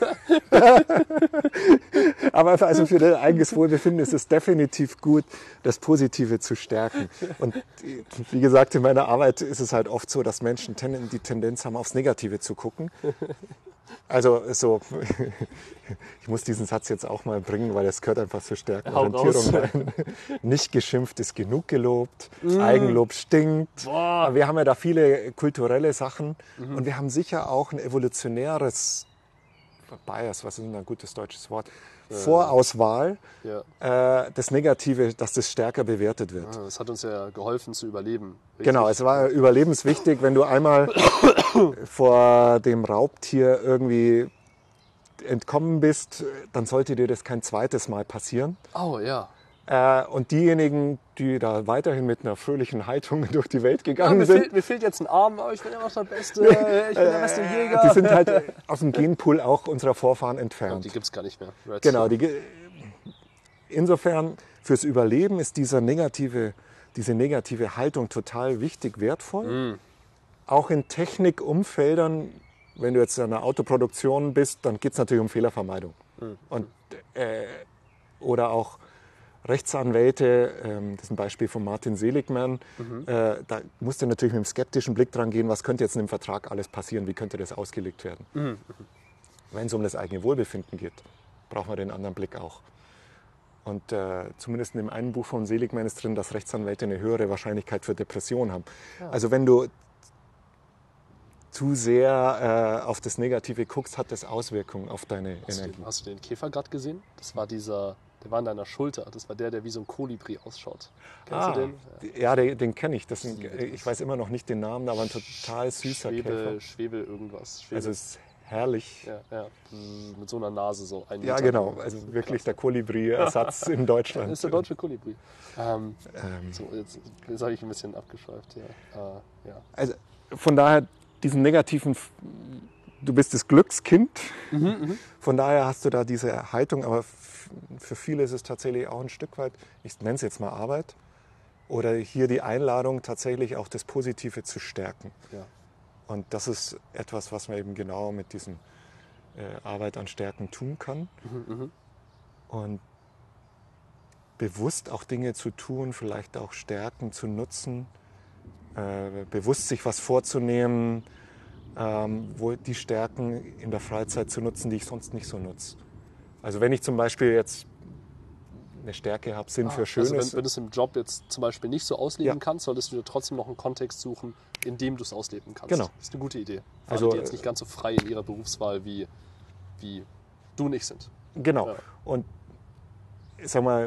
Aber also für dein eigenes Wohlbefinden ist es definitiv gut, das Positive zu stärken. Und wie gesagt, in meiner Arbeit ist es halt oft so, dass Menschen die Tendenz haben, aufs Negative zu gucken. Also so, ich muss diesen Satz jetzt auch mal bringen, weil das gehört einfach zur Stärkenorientierung rein. Nicht geschimpft ist genug gelobt, mm. Eigenlob stinkt. Boah. Wir haben ja da viele kulturelle Sachen mhm. und wir haben sicher auch ein evolutionäres Bias, was ist denn ein gutes deutsches Wort? Äh, Vorauswahl, ja. äh, das Negative, dass das stärker bewertet wird. Das hat uns ja geholfen zu überleben. Richtig? Genau, es war überlebenswichtig, wenn du einmal vor dem Raubtier irgendwie entkommen bist, dann sollte dir das kein zweites Mal passieren. Oh ja. Äh, und diejenigen, die da weiterhin mit einer fröhlichen Haltung durch die Welt gegangen ja, mir sind. Fehlt, mir fehlt jetzt ein Arm, aber ich bin immer noch der Beste, ich bin der beste Jäger. Die sind halt aus dem Genpool auch unserer Vorfahren entfernt. Und die gibt es gar nicht mehr. Right. Genau. Die, insofern, fürs Überleben ist dieser negative, diese negative Haltung total wichtig, wertvoll. Mm. Auch in Technikumfeldern, wenn du jetzt in einer Autoproduktion bist, dann geht es natürlich um Fehlervermeidung. Mm. Und, äh, oder auch Rechtsanwälte, ähm, das ist ein Beispiel von Martin Seligman, mhm. äh, da musst du natürlich mit einem skeptischen Blick dran gehen, was könnte jetzt in dem Vertrag alles passieren, wie könnte das ausgelegt werden. Mhm. Wenn es um das eigene Wohlbefinden geht, brauchen wir den anderen Blick auch. Und äh, zumindest in dem einen Buch von Seligman ist drin, dass Rechtsanwälte eine höhere Wahrscheinlichkeit für Depressionen haben. Ja. Also wenn du zu sehr äh, auf das Negative guckst, hat das Auswirkungen auf deine hast Energie. Du den, hast du den Käfer gerade gesehen? Das war dieser... Der war an deiner Schulter. Das war der, der wie so ein Kolibri ausschaut. Kennst ah, du den? Ja, ja den, den kenne ich. Das sind, ich weiß immer noch nicht den Namen, aber ein total süßer Schwebel, Käfer. Schwebel irgendwas. Schwebel. Also es ist herrlich. Ja, ja. Mit so einer Nase so. Ein ja, genau. Also wirklich der Kolibri-Ersatz in Deutschland. Das ist der deutsche Kolibri. Ähm, ähm. So, jetzt, jetzt habe ich ein bisschen abgeschweift. Ja. Äh, ja. Also von daher diesen negativen... Du bist das Glückskind, mhm, von daher hast du da diese Haltung, aber für viele ist es tatsächlich auch ein Stück weit, ich nenne es jetzt mal Arbeit, oder hier die Einladung, tatsächlich auch das Positive zu stärken. Ja. Und das ist etwas, was man eben genau mit diesem äh, Arbeit an Stärken tun kann. Mhm, und bewusst auch Dinge zu tun, vielleicht auch Stärken zu nutzen, äh, bewusst sich was vorzunehmen, Ähm, wo die Stärken in der Freizeit zu nutzen, die ich sonst nicht so nutze. Also wenn ich zum Beispiel jetzt eine Stärke habe, Sinn ah, für Schönes. Also wenn, wenn du es im Job jetzt zum Beispiel nicht so ausleben ja. kannst, solltest du dir trotzdem noch einen Kontext suchen, in dem du es ausleben kannst. Genau. Das ist eine gute Idee. Für also alle, die jetzt nicht ganz so frei in ihrer Berufswahl wie, wie du und ich sind. Genau. Ja. Und ich sag mal,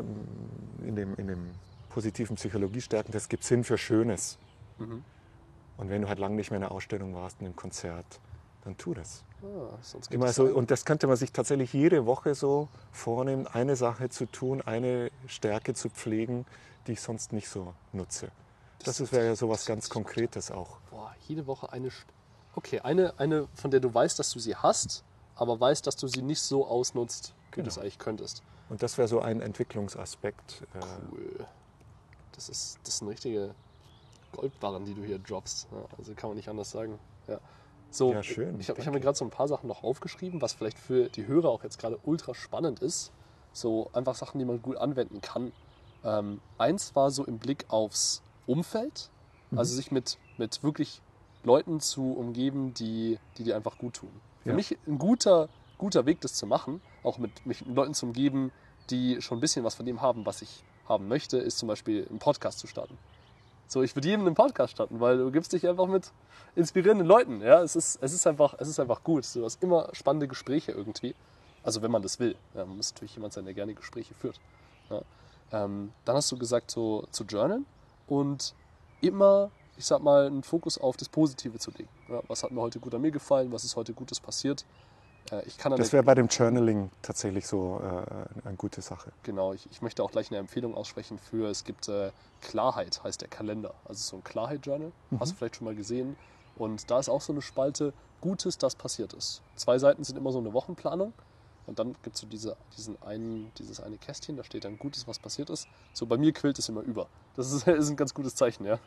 in dem, in dem positiven Psychologiestärken, das gibt Sinn für Schönes. Mhm. Und wenn du halt lange nicht mehr in einer Ausstellung warst, in einem Konzert, dann tu das. Ah, sonst Immer so, und das könnte man sich tatsächlich jede Woche so vornehmen, eine Sache zu tun, eine Stärke zu pflegen, die ich sonst nicht so nutze. Das, das wäre ja so was ganz Konkretes auch. Boah, jede Woche eine... Okay, eine, eine, von der du weißt, dass du sie hast, aber weißt, dass du sie nicht so ausnutzt, wie genau. du es eigentlich könntest. Und das wäre so ein Entwicklungsaspekt. Cool. Das ist, das ist eine richtige... Goldbarren, die du hier droppst. Ja, also kann man nicht anders sagen. Ja, so, ja schön. Ich, ich habe hab mir gerade so ein paar Sachen noch aufgeschrieben, was vielleicht für die Hörer auch jetzt gerade ultra spannend ist. So einfach Sachen, die man gut anwenden kann. Ähm, eins war so im Blick aufs Umfeld. Mhm. Also sich mit, mit wirklich Leuten zu umgeben, die, die dir einfach gut tun. Für ja. mich ein guter, guter Weg, das zu machen, auch mit, mich mit Leuten zu umgeben, die schon ein bisschen was von dem haben, was ich haben möchte, ist zum Beispiel einen Podcast zu starten. So, ich würde jedem einen Podcast starten, weil du gibst dich einfach mit inspirierenden Leuten. Ja? Es ist, es ist, einfach, es ist einfach gut. Du hast immer spannende Gespräche irgendwie. Also wenn man das will. Ja, man muss natürlich jemand sein, der gerne Gespräche führt. Ja? Ähm, dann hast du gesagt, so, zu journalen und immer, ich sag mal, einen Fokus auf das Positive zu legen. Ja? Was hat mir heute gut an mir gefallen? Was ist heute Gutes passiert? Ich kann das wäre bei dem Journaling tatsächlich so äh, eine gute Sache. Genau, ich, ich möchte auch gleich eine Empfehlung aussprechen für, es gibt äh, Klarheit, heißt der Kalender. Also so ein Klarheit-Journal, mhm. hast du vielleicht schon mal gesehen. Und da ist auch so eine Spalte, Gutes, das passiert ist. Zwei Seiten sind immer so eine Wochenplanung. Und dann gibt es so diese, diesen einen, dieses eine Kästchen, da steht dann Gutes, was passiert ist. So bei mir quillt es immer über. Das ist, ist ein ganz gutes Zeichen, ja.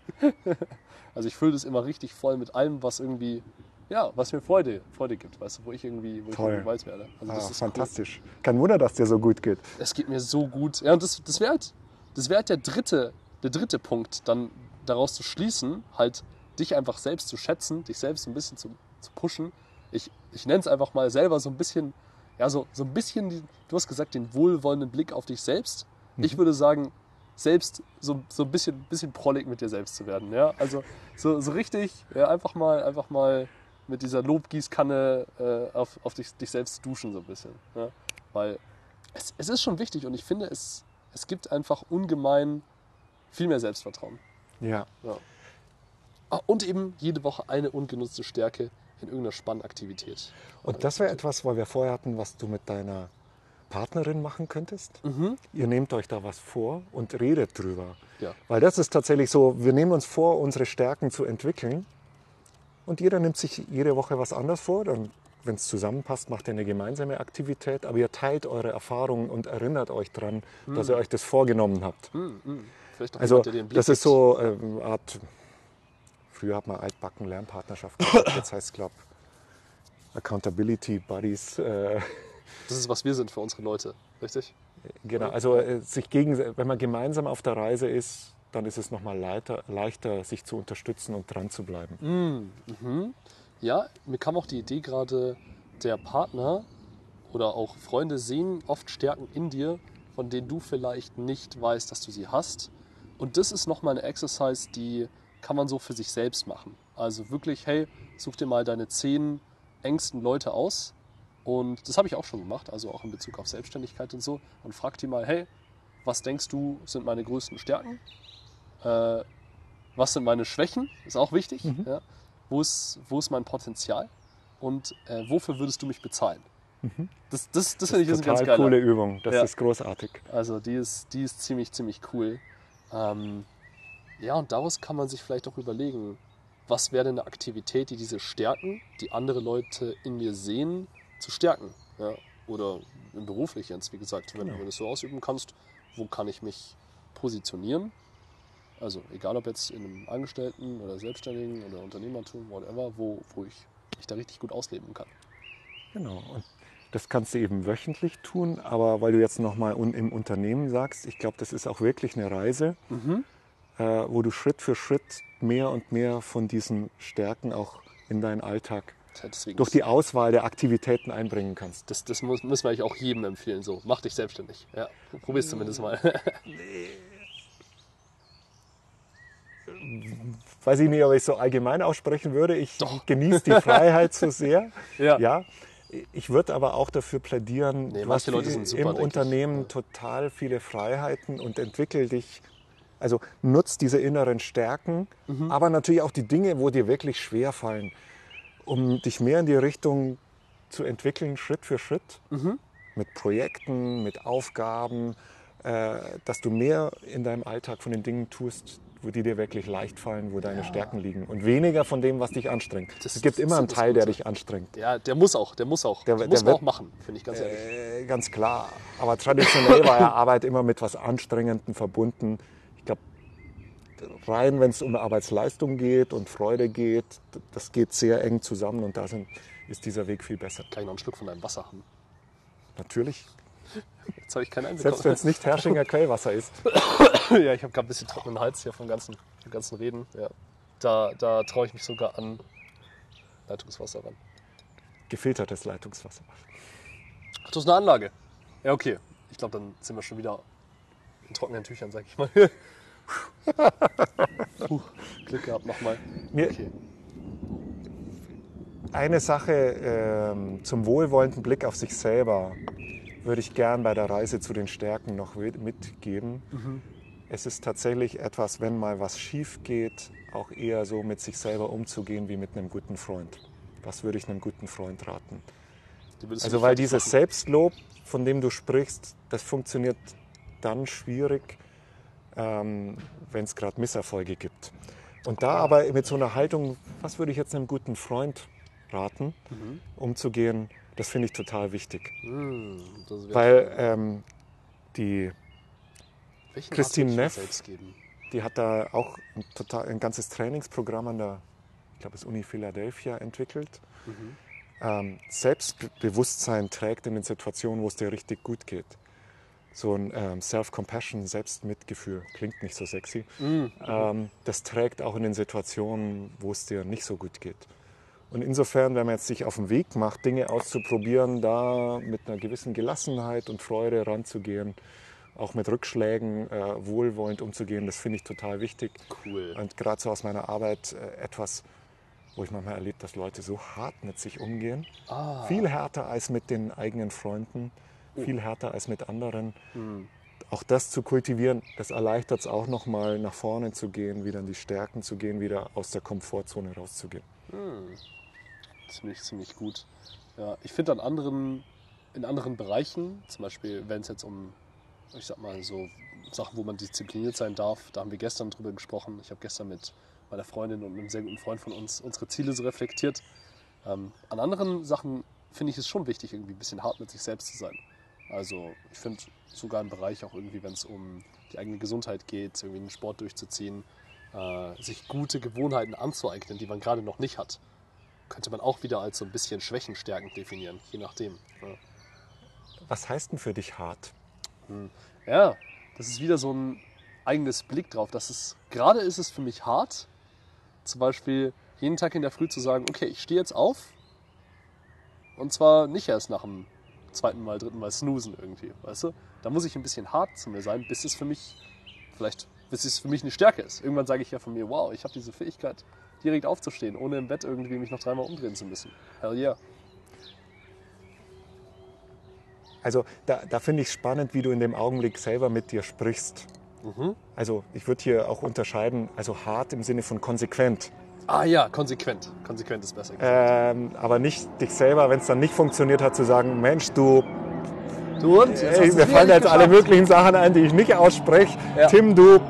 Also ich fülle das immer richtig voll mit allem, was irgendwie... Ja, was mir Freude, Freude gibt, weißt du, wo ich irgendwie, wo ich irgendwie weiß werde. Also das ah, ist fantastisch. Cool. Kein Wunder, dass dir so gut geht. Es geht mir so gut. Ja, und das, das wäre halt, das wär halt der dritte, der dritte Punkt, dann daraus zu schließen, halt dich einfach selbst zu schätzen, dich selbst ein bisschen zu, zu pushen. Ich, ich nenne es einfach mal selber so ein bisschen, ja, so, so ein bisschen, du hast gesagt, den wohlwollenden Blick auf dich selbst. Mhm. Ich würde sagen, selbst so, so ein bisschen, bisschen prollig mit dir selbst zu werden. Ja? Also so, so richtig, ja, einfach mal, einfach mal mit dieser Lobgießkanne äh, auf, auf dich, dich selbst duschen so ein bisschen. Ja? Weil es, es ist schon wichtig und ich finde, es, es gibt einfach ungemein viel mehr Selbstvertrauen. Ja. Ja. Ah, und eben jede Woche eine ungenutzte Stärke in irgendeiner Spannaktivität. Und das wäre etwas, weil wir vorher hatten, was du mit deiner Partnerin machen könntest. Mhm. Ihr nehmt euch da was vor und redet drüber. Ja. Weil das ist tatsächlich so, wir nehmen uns vor, unsere Stärken zu entwickeln und jeder nimmt sich jede Woche was anderes vor. Dann, wenn es zusammenpasst, macht ihr eine gemeinsame Aktivität, aber ihr teilt eure Erfahrungen und erinnert euch dran, mhm. dass ihr euch das vorgenommen habt. Mhm. Mhm. Vielleicht auch also jemand, der den Blick das ist gibt. so äh, eine Art, früher hat man altbacken Lernpartnerschaft gesagt, jetzt heißt es, glaube ich, Accountability Buddies. Äh, Das ist, was wir sind für unsere Leute, richtig? Genau, also äh, sich gegen, wenn man gemeinsam auf der Reise ist, dann ist es nochmal leichter, leichter, sich zu unterstützen und dran zu bleiben. Mm, mhm. Ja, mir kam auch die Idee gerade, der Partner oder auch Freunde sehen oft Stärken in dir, von denen du vielleicht nicht weißt, dass du sie hast. Und das ist nochmal eine Exercise, die kann man so für sich selbst machen. Also wirklich, hey, such dir mal deine zehn engsten Leute aus. Und das habe ich auch schon gemacht, also auch in Bezug auf Selbstständigkeit und so. Und frag die mal, hey, was denkst du sind meine größten Stärken? Äh, was sind meine Schwächen? Ist auch wichtig. Mhm. Ja. Wo ist, wo ist mein Potenzial? Und äh, wofür würdest du mich bezahlen? Mhm. Das, das, das finde ich ist ein total ganz geiler. coole Übung, das Ja. ist großartig. Also die ist, die ist ziemlich, ziemlich cool. Ähm, ja, und daraus kann man sich vielleicht auch überlegen, was wäre denn eine Aktivität, die diese Stärken, die andere Leute in mir sehen, zu stärken. Ja? Oder im Beruflichen jetzt, wie gesagt, wenn, Genau. wenn du es so ausüben kannst, wo kann ich mich positionieren? Also egal ob jetzt in einem Angestellten oder Selbstständigen oder Unternehmertum, whatever, wo, wo ich mich da richtig gut ausleben kann. Genau, und das kannst du eben wöchentlich tun, aber weil du jetzt nochmal im Unternehmen sagst, ich glaube, das ist auch wirklich eine Reise, Mhm. äh, wo du Schritt für Schritt mehr und mehr von diesen Stärken auch in deinen Alltag Deswegen durch die Auswahl der Aktivitäten einbringen kannst. Das, das muss, müssen wir eigentlich auch jedem empfehlen. So, mach dich selbstständig. Ja, probier es zumindest mal. Weiß ich nicht, ob ich so allgemein aussprechen würde. Ich Doch. genieße die Freiheit so sehr. Ja. Ja. Ich würde aber auch dafür plädieren, Nee, du manche hast Leute sind super, im denke ich. Unternehmen Ja. total viele Freiheiten und entwickel dich. Also nutz diese inneren Stärken, Mhm. aber natürlich auch die Dinge, wo dir wirklich schwer fallen, um dich mehr in die Richtung zu entwickeln, Schritt für Schritt, Mhm. mit Projekten, mit Aufgaben, äh, dass du mehr in deinem Alltag von den Dingen tust, wo die dir wirklich leicht fallen, wo deine Ja. Stärken liegen und weniger von dem, was dich anstrengt. Das- es gibt das immer ist einen das Teil, der Gute. dich anstrengt. Ja, der muss auch, der muss auch. Der- das der muss man wird- auch machen, finde ich ganz ehrlich. Äh, ganz klar. Aber traditionell war ja Arbeit immer mit was Anstrengendem verbunden. Ich glaube, rein, wenn es um Arbeitsleistung geht und Freude geht, das geht sehr eng zusammen und da sind, ist dieser Weg viel besser. Kann ich noch einen Schluck von deinem Wasser haben? Natürlich, Jetzt habe ich keinen selbst wenn einbekommen. es nicht Herrschinger Quellwasser ist. Ja, ich habe gerade ein bisschen trockenen Hals hier vom ganzen, vom ganzen Reden. Ja. Da, da traue ich mich sogar an Leitungswasser ran. Gefiltertes Leitungswasser. Ach, das ist eine Anlage. Ja, okay. Ich glaube, dann sind wir schon wieder in trockenen Tüchern, sag ich mal. Puh, Glück gehabt nochmal. Mir, Okay. Eine Sache ähm, zum wohlwollenden Blick auf sich selber würde ich gern bei der Reise zu den Stärken noch mitgeben. Mhm. Es ist tatsächlich etwas, wenn mal was schief geht, auch eher so mit sich selber umzugehen wie mit einem guten Freund. Was würde ich einem guten Freund raten? Die würdest du Also nicht weil fertig dieses machen. Selbstlob, von dem du sprichst, das funktioniert dann schwierig, ähm, wenn es gerade Misserfolge gibt. Und da aber mit so einer Haltung, was würde ich jetzt einem guten Freund raten, Mhm. umzugehen, das finde ich total wichtig. Hm, das wäre Weil ähm, die, Welchen Christine Rat würde ich mir Neff- selbst geben? die hat da auch ein, total, ein ganzes Trainingsprogramm an der, ich glaube, das Uni Philadelphia entwickelt. Mhm. Ähm, Selbstbewusstsein trägt in den Situationen, wo es dir richtig gut geht. So ein ähm, Self-Compassion, Selbstmitgefühl, klingt nicht so sexy. Mhm. Ähm, das trägt auch in den Situationen, wo es dir nicht so gut geht. Und insofern, wenn man jetzt sich auf den Weg macht, Dinge auszuprobieren, da mit einer gewissen Gelassenheit und Freude ranzugehen, auch mit Rückschlägen äh, wohlwollend umzugehen, das finde ich total wichtig. Cool. Und gerade so aus meiner Arbeit äh, etwas, wo ich manchmal erlebe, dass Leute so hart mit sich umgehen. Ah. Viel härter als mit den eigenen Freunden, Oh. viel härter als mit anderen. Hm. Auch das zu kultivieren, das erleichtert es auch nochmal nach vorne zu gehen, wieder in die Stärken zu gehen, wieder aus der Komfortzone rauszugehen. Hm. Ziemlich, ziemlich gut. Ja, ich finde an anderen, in anderen Bereichen, zum Beispiel wenn es jetzt um, ich sag mal so Sachen, wo man diszipliniert sein darf, da haben wir gestern drüber gesprochen. Ich habe gestern mit meiner Freundin und einem sehr guten Freund von uns unsere Ziele so reflektiert. Ähm, an anderen Sachen finde ich es schon wichtig, irgendwie ein bisschen hart mit sich selbst zu sein. Also ich finde sogar im Bereich auch irgendwie, wenn es um die eigene Gesundheit geht, irgendwie einen Sport durchzuziehen, äh, sich gute Gewohnheiten anzueignen, die man gerade noch nicht hat, könnte man auch wieder als so ein bisschen schwächenstärkend definieren, je nachdem. Ja. Was heißt denn für dich hart? Hm. Ja, das ist wieder so ein eigenes Blick drauf. Das ist, gerade ist es für mich hart, zum Beispiel jeden Tag in der Früh zu sagen, okay, ich stehe jetzt auf und zwar nicht erst nach dem zweiten Mal, dritten Mal snoosen irgendwie, weißt du? Da muss ich ein bisschen hart zu mir sein, bis es für mich vielleicht, bis es für mich eine Stärke ist. Irgendwann sage ich ja von mir, wow, ich habe diese Fähigkeit, direkt aufzustehen, ohne im Bett irgendwie mich noch dreimal umdrehen zu müssen. Hell yeah. Also da, da finde ich spannend, wie du in dem Augenblick selber mit dir sprichst. Mhm. Also ich würde hier auch unterscheiden, also hart im Sinne von konsequent. Ah ja, konsequent. Konsequent ist besser gesagt. Ähm, aber nicht dich selber, wenn es dann nicht funktioniert hat, zu sagen, Mensch, du, Du und? Jetzt hast ey, du's mir wieder fallen nicht jetzt alle geschafft. möglichen Sachen ein, die ich nicht ausspreche. Ja. Tim, du,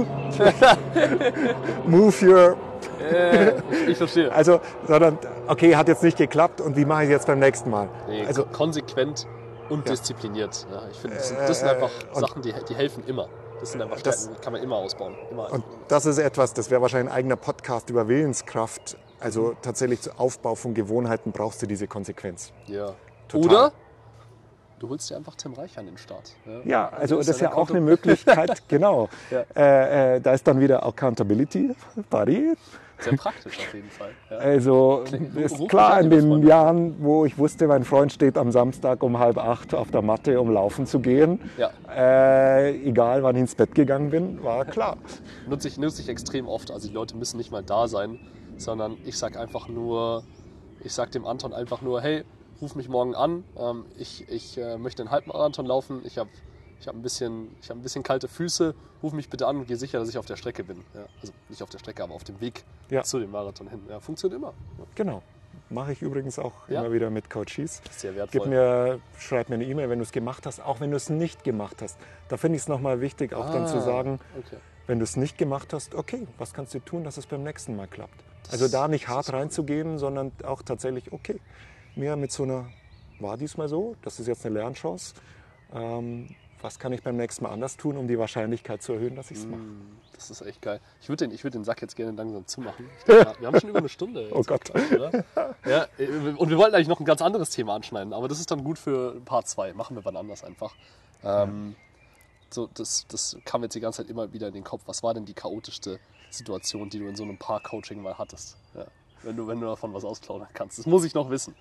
move your... Äh, ich, ich verstehe. Also, sondern, okay, hat jetzt nicht geklappt und wie mache ich es jetzt beim nächsten Mal? Nee, Also, ko- konsequent und Ja. diszipliniert. Ja, ich finde, das, sind- das sind einfach und- Sachen, die, die helfen immer. Das sind einfach Das- Stärken, die kann man immer ausbauen. Immer. und das ist etwas, das wäre wahrscheinlich ein eigener Podcast über Willenskraft. Also tatsächlich zum Aufbau von Gewohnheiten brauchst du diese Konsequenz. Ja. Total. Oder du holst dir einfach Tim Reich an den Start. Ja, also das ist ja eine auch eine Konto- Möglichkeit, genau. Ja. Äh, äh, da ist dann wieder Accountability Buddy. Sehr praktisch auf jeden Fall. Ja. Also Klingt- ist ruf klar, mich an, in lieber den Freund. Jahren, wo ich wusste, mein Freund steht am Samstag um halb acht auf der Matte, um laufen zu gehen, Ja. äh, egal wann ich ins Bett gegangen bin, war klar. Nutze ich, nutze ich extrem oft. Also die Leute müssen nicht mal da sein, sondern ich sag einfach nur, ich sag dem Anton einfach nur, hey, ruf mich morgen an, ähm, ich, ich äh, möchte einen Halbmarathon laufen, ich habe ich hab ein, bisschen- ich hab ein bisschen kalte Füße, ruf mich bitte an und geh sicher, dass ich auf der Strecke bin. Ja, also nicht auf der Strecke, aber auf dem Weg Ja. zu dem Marathon hin. Ja, funktioniert immer. Ja, Genau. Mache ich übrigens auch Ja. immer wieder mit Coaches. sehr wertvoll. Gib mir, schreib mir eine E-Mail, wenn du es gemacht hast, auch wenn du es nicht gemacht hast. Da finde ich es nochmal wichtig, auch dann zu Ah, sagen, okay. wenn du es nicht gemacht hast, okay, was kannst du tun, dass es beim nächsten Mal klappt? Das- Also da nicht das hart ist cool. reinzugehen, sondern auch tatsächlich, okay, mir mit so einer, war diesmal so, das ist jetzt eine Lernchance, ähm, was kann ich beim nächsten Mal anders tun, um die Wahrscheinlichkeit zu erhöhen, dass ich es mache? Mm, Das ist echt geil. Ich würde den, ich würd den Sack jetzt gerne langsam zumachen. Ich denke, wir haben schon über eine Stunde. Jetzt Oh Gott. gequatscht, oder? Ja, äh, und wir wollten eigentlich noch ein ganz anderes Thema anschneiden, aber das ist dann gut für Part zwei. Machen wir wann anders einfach. Ähm, so, das, das kam jetzt die ganze Zeit immer wieder in den Kopf. Was war denn die chaotischste Situation, die du in so einem Paar-Coaching mal hattest? Ja, wenn, du, wenn du davon was ausplaudern kannst. Das muss ich noch wissen.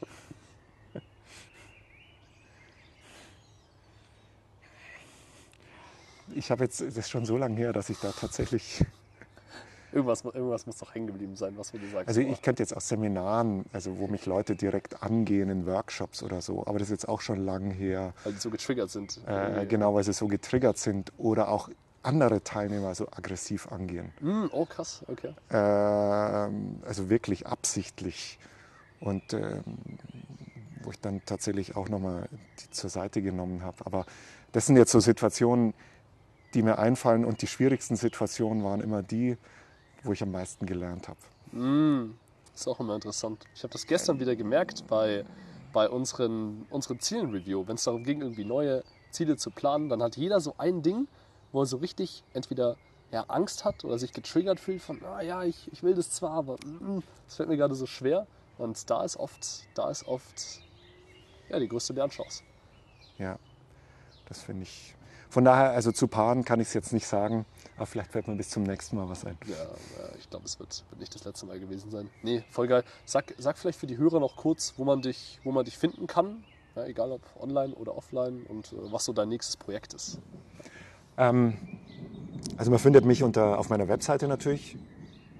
Ich habe jetzt, das ist schon so lange her, dass ich da tatsächlich, Irgendwas, irgendwas muss doch hängen geblieben sein, was du sagst. also ich könnte jetzt aus Seminaren, also wo mich Leute direkt angehen in Workshops oder so, aber das ist jetzt auch schon lang her. Weil die so getriggert sind. Äh, Irgendwie. genau, weil sie so getriggert sind oder auch andere Teilnehmer so aggressiv angehen. Mm, oh, krass, okay. Ähm, also wirklich absichtlich. Und ähm, wo ich dann tatsächlich auch nochmal die zur Seite genommen habe. Aber das sind jetzt so Situationen, die mir einfallen. Und die schwierigsten Situationen waren immer die, wo ich am meisten gelernt habe. Mm, ist auch immer interessant. Ich habe das gestern wieder gemerkt bei, bei unseren, unseren Zielen-Review. Wenn es darum ging, irgendwie neue Ziele zu planen, dann hat jeder so ein Ding, wo er so richtig entweder ja, Angst hat oder sich getriggert fühlt von, ah ja, ich, ich will das zwar, aber mm, das fällt mir gerade so schwer. Und da ist oft, da ist oft ja, die größte Lernchance. Ja, das finde ich. Von daher, also zu Paaren kann ich es jetzt nicht sagen, aber vielleicht fällt mir bis zum nächsten Mal was ein. Ja, ja, ich glaube, es wird, wird nicht das letzte Mal gewesen sein. Nee, voll geil. Sag, sag vielleicht für die Hörer noch kurz, wo man dich, wo man dich finden kann. Ja, egal ob online oder offline und äh, was so dein nächstes Projekt ist. Ähm, also man findet mich unter, auf meiner Webseite natürlich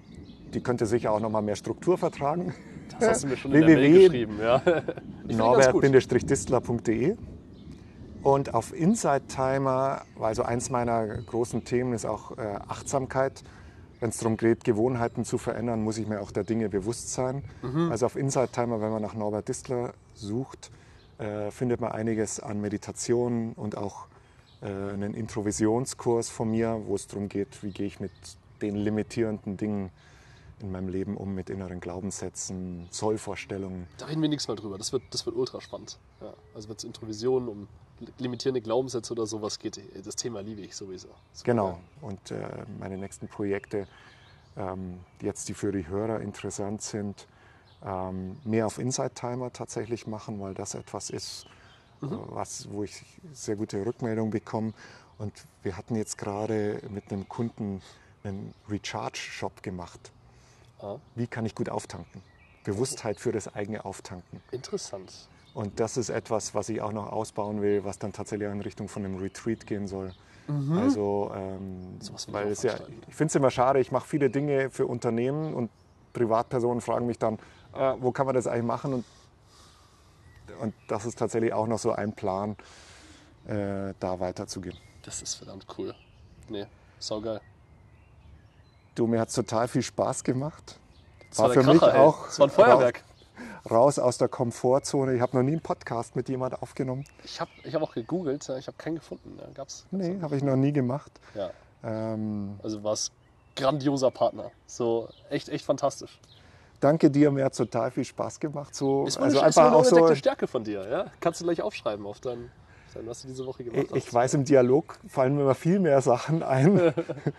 die könnte sicher auch noch mal mehr Struktur vertragen. Das hast du mir schon in der Mail geschrieben, ja. norbert Bindestrich distler punkt de. Und auf Insight Timer, also eins meiner großen Themen ist auch äh, Achtsamkeit. Wenn es darum geht, Gewohnheiten zu verändern, muss ich mir auch der Dinge bewusst sein. Mhm. Also auf Insight Timer, wenn man nach Norbert Distler sucht, äh, findet man einiges an Meditationen und auch äh, einen Introvisionskurs von mir, wo es darum geht, wie gehe ich mit den limitierenden Dingen in meinem Leben um, mit inneren Glaubenssätzen, Sollvorstellungen. Da reden wir nichts mal drüber, das wird, das wird ultra spannend. Ja, also wenn es Introvision um limitierende Glaubenssätze oder sowas geht, das Thema liebe ich sowieso. So, genau, ja. Und äh, meine nächsten Projekte, ähm, jetzt die für die Hörer interessant sind, ähm, mehr auf Insight Timer tatsächlich machen, weil das etwas ist, mhm. äh, was, wo ich sehr gute Rückmeldungen bekomme. Und wir hatten jetzt gerade mit einem Kunden einen Recharge-Shop gemacht. Ah. Wie kann ich gut auftanken? Bewusstheit für das eigene Auftanken. Interessant. Und das ist etwas, was ich auch noch ausbauen will, was dann tatsächlich in Richtung von einem Retreat gehen soll. Mhm. Also, ähm, weil es ja, ich finde es immer schade, ich mache viele Dinge für Unternehmen und Privatpersonen fragen mich dann, äh, wo kann man das eigentlich machen? Und, und das ist tatsächlich auch noch so ein Plan, äh, da weiterzugehen. Das ist verdammt cool. Nee, saugeil. Du, mir hat es total viel Spaß gemacht. Das war, war für Kracher, mich ey. auch. Das war ein Feuerwerk. Raus aus der Komfortzone. Ich habe noch nie einen Podcast mit jemandem aufgenommen. Ich habe ich hab auch gegoogelt, ich habe keinen gefunden. Ja, gab's, gab's nee, habe ich noch nie gemacht. Ja. Ähm, also war es grandioser Partner. So echt, echt fantastisch. Danke dir, mir hat total viel Spaß gemacht. So, ist also eine, einfach ist eine unentdeckte so Stärke von dir. Ja? Kannst du gleich aufschreiben auf dein, was du diese Woche gemacht ich, hast. Ich weiß, im Dialog fallen mir immer viel mehr Sachen ein.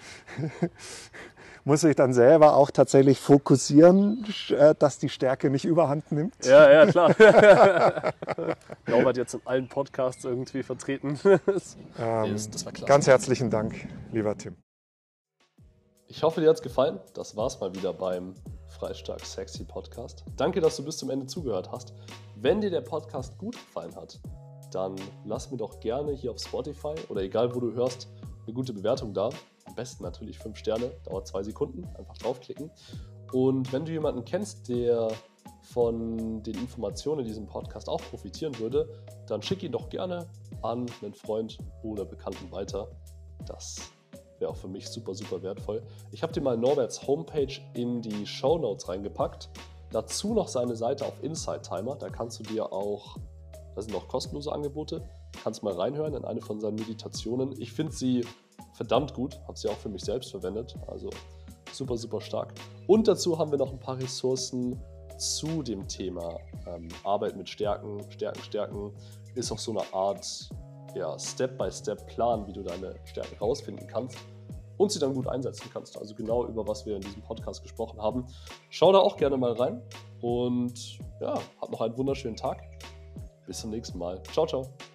Muss ich dann selber auch tatsächlich fokussieren, dass die Stärke nicht überhand nimmt. Ja, ja, klar. Norbert jetzt in allen Podcasts irgendwie vertreten. das, ähm, das war klasse. Ganz herzlichen Dank, lieber Tim. Ich hoffe, dir hat es gefallen. Das war's mal wieder beim Freistark Sexy Podcast. Danke, dass du bis zum Ende zugehört hast. Wenn dir der Podcast gut gefallen hat, dann lass mir doch gerne hier auf Spotify oder egal, wo du hörst, eine gute Bewertung da. Am besten natürlich fünf Sterne, dauert zwei Sekunden, einfach draufklicken. Und wenn du jemanden kennst, der von den Informationen in diesem Podcast auch profitieren würde, dann schick ihn doch gerne an einen Freund oder Bekannten weiter. Das wäre auch für mich super, super wertvoll. Ich habe dir mal Norberts Homepage in die Shownotes reingepackt. Dazu noch seine Seite auf Insight Timer. Da kannst du dir auch, da sind noch kostenlose Angebote, kannst mal reinhören in eine von seinen Meditationen. Ich finde sie verdammt gut, habe sie auch für mich selbst verwendet, also super, super stark. Und dazu haben wir noch ein paar Ressourcen zu dem Thema ähm, Arbeit mit Stärken, Stärken, Stärken. Ist auch so eine Art ja, Step-by-Step-Plan, wie du deine Stärken rausfinden kannst und sie dann gut einsetzen kannst. Also genau über was wir in diesem Podcast gesprochen haben. Schau da auch gerne mal rein und ja, hab noch einen wunderschönen Tag. Bis zum nächsten Mal. Ciao, ciao.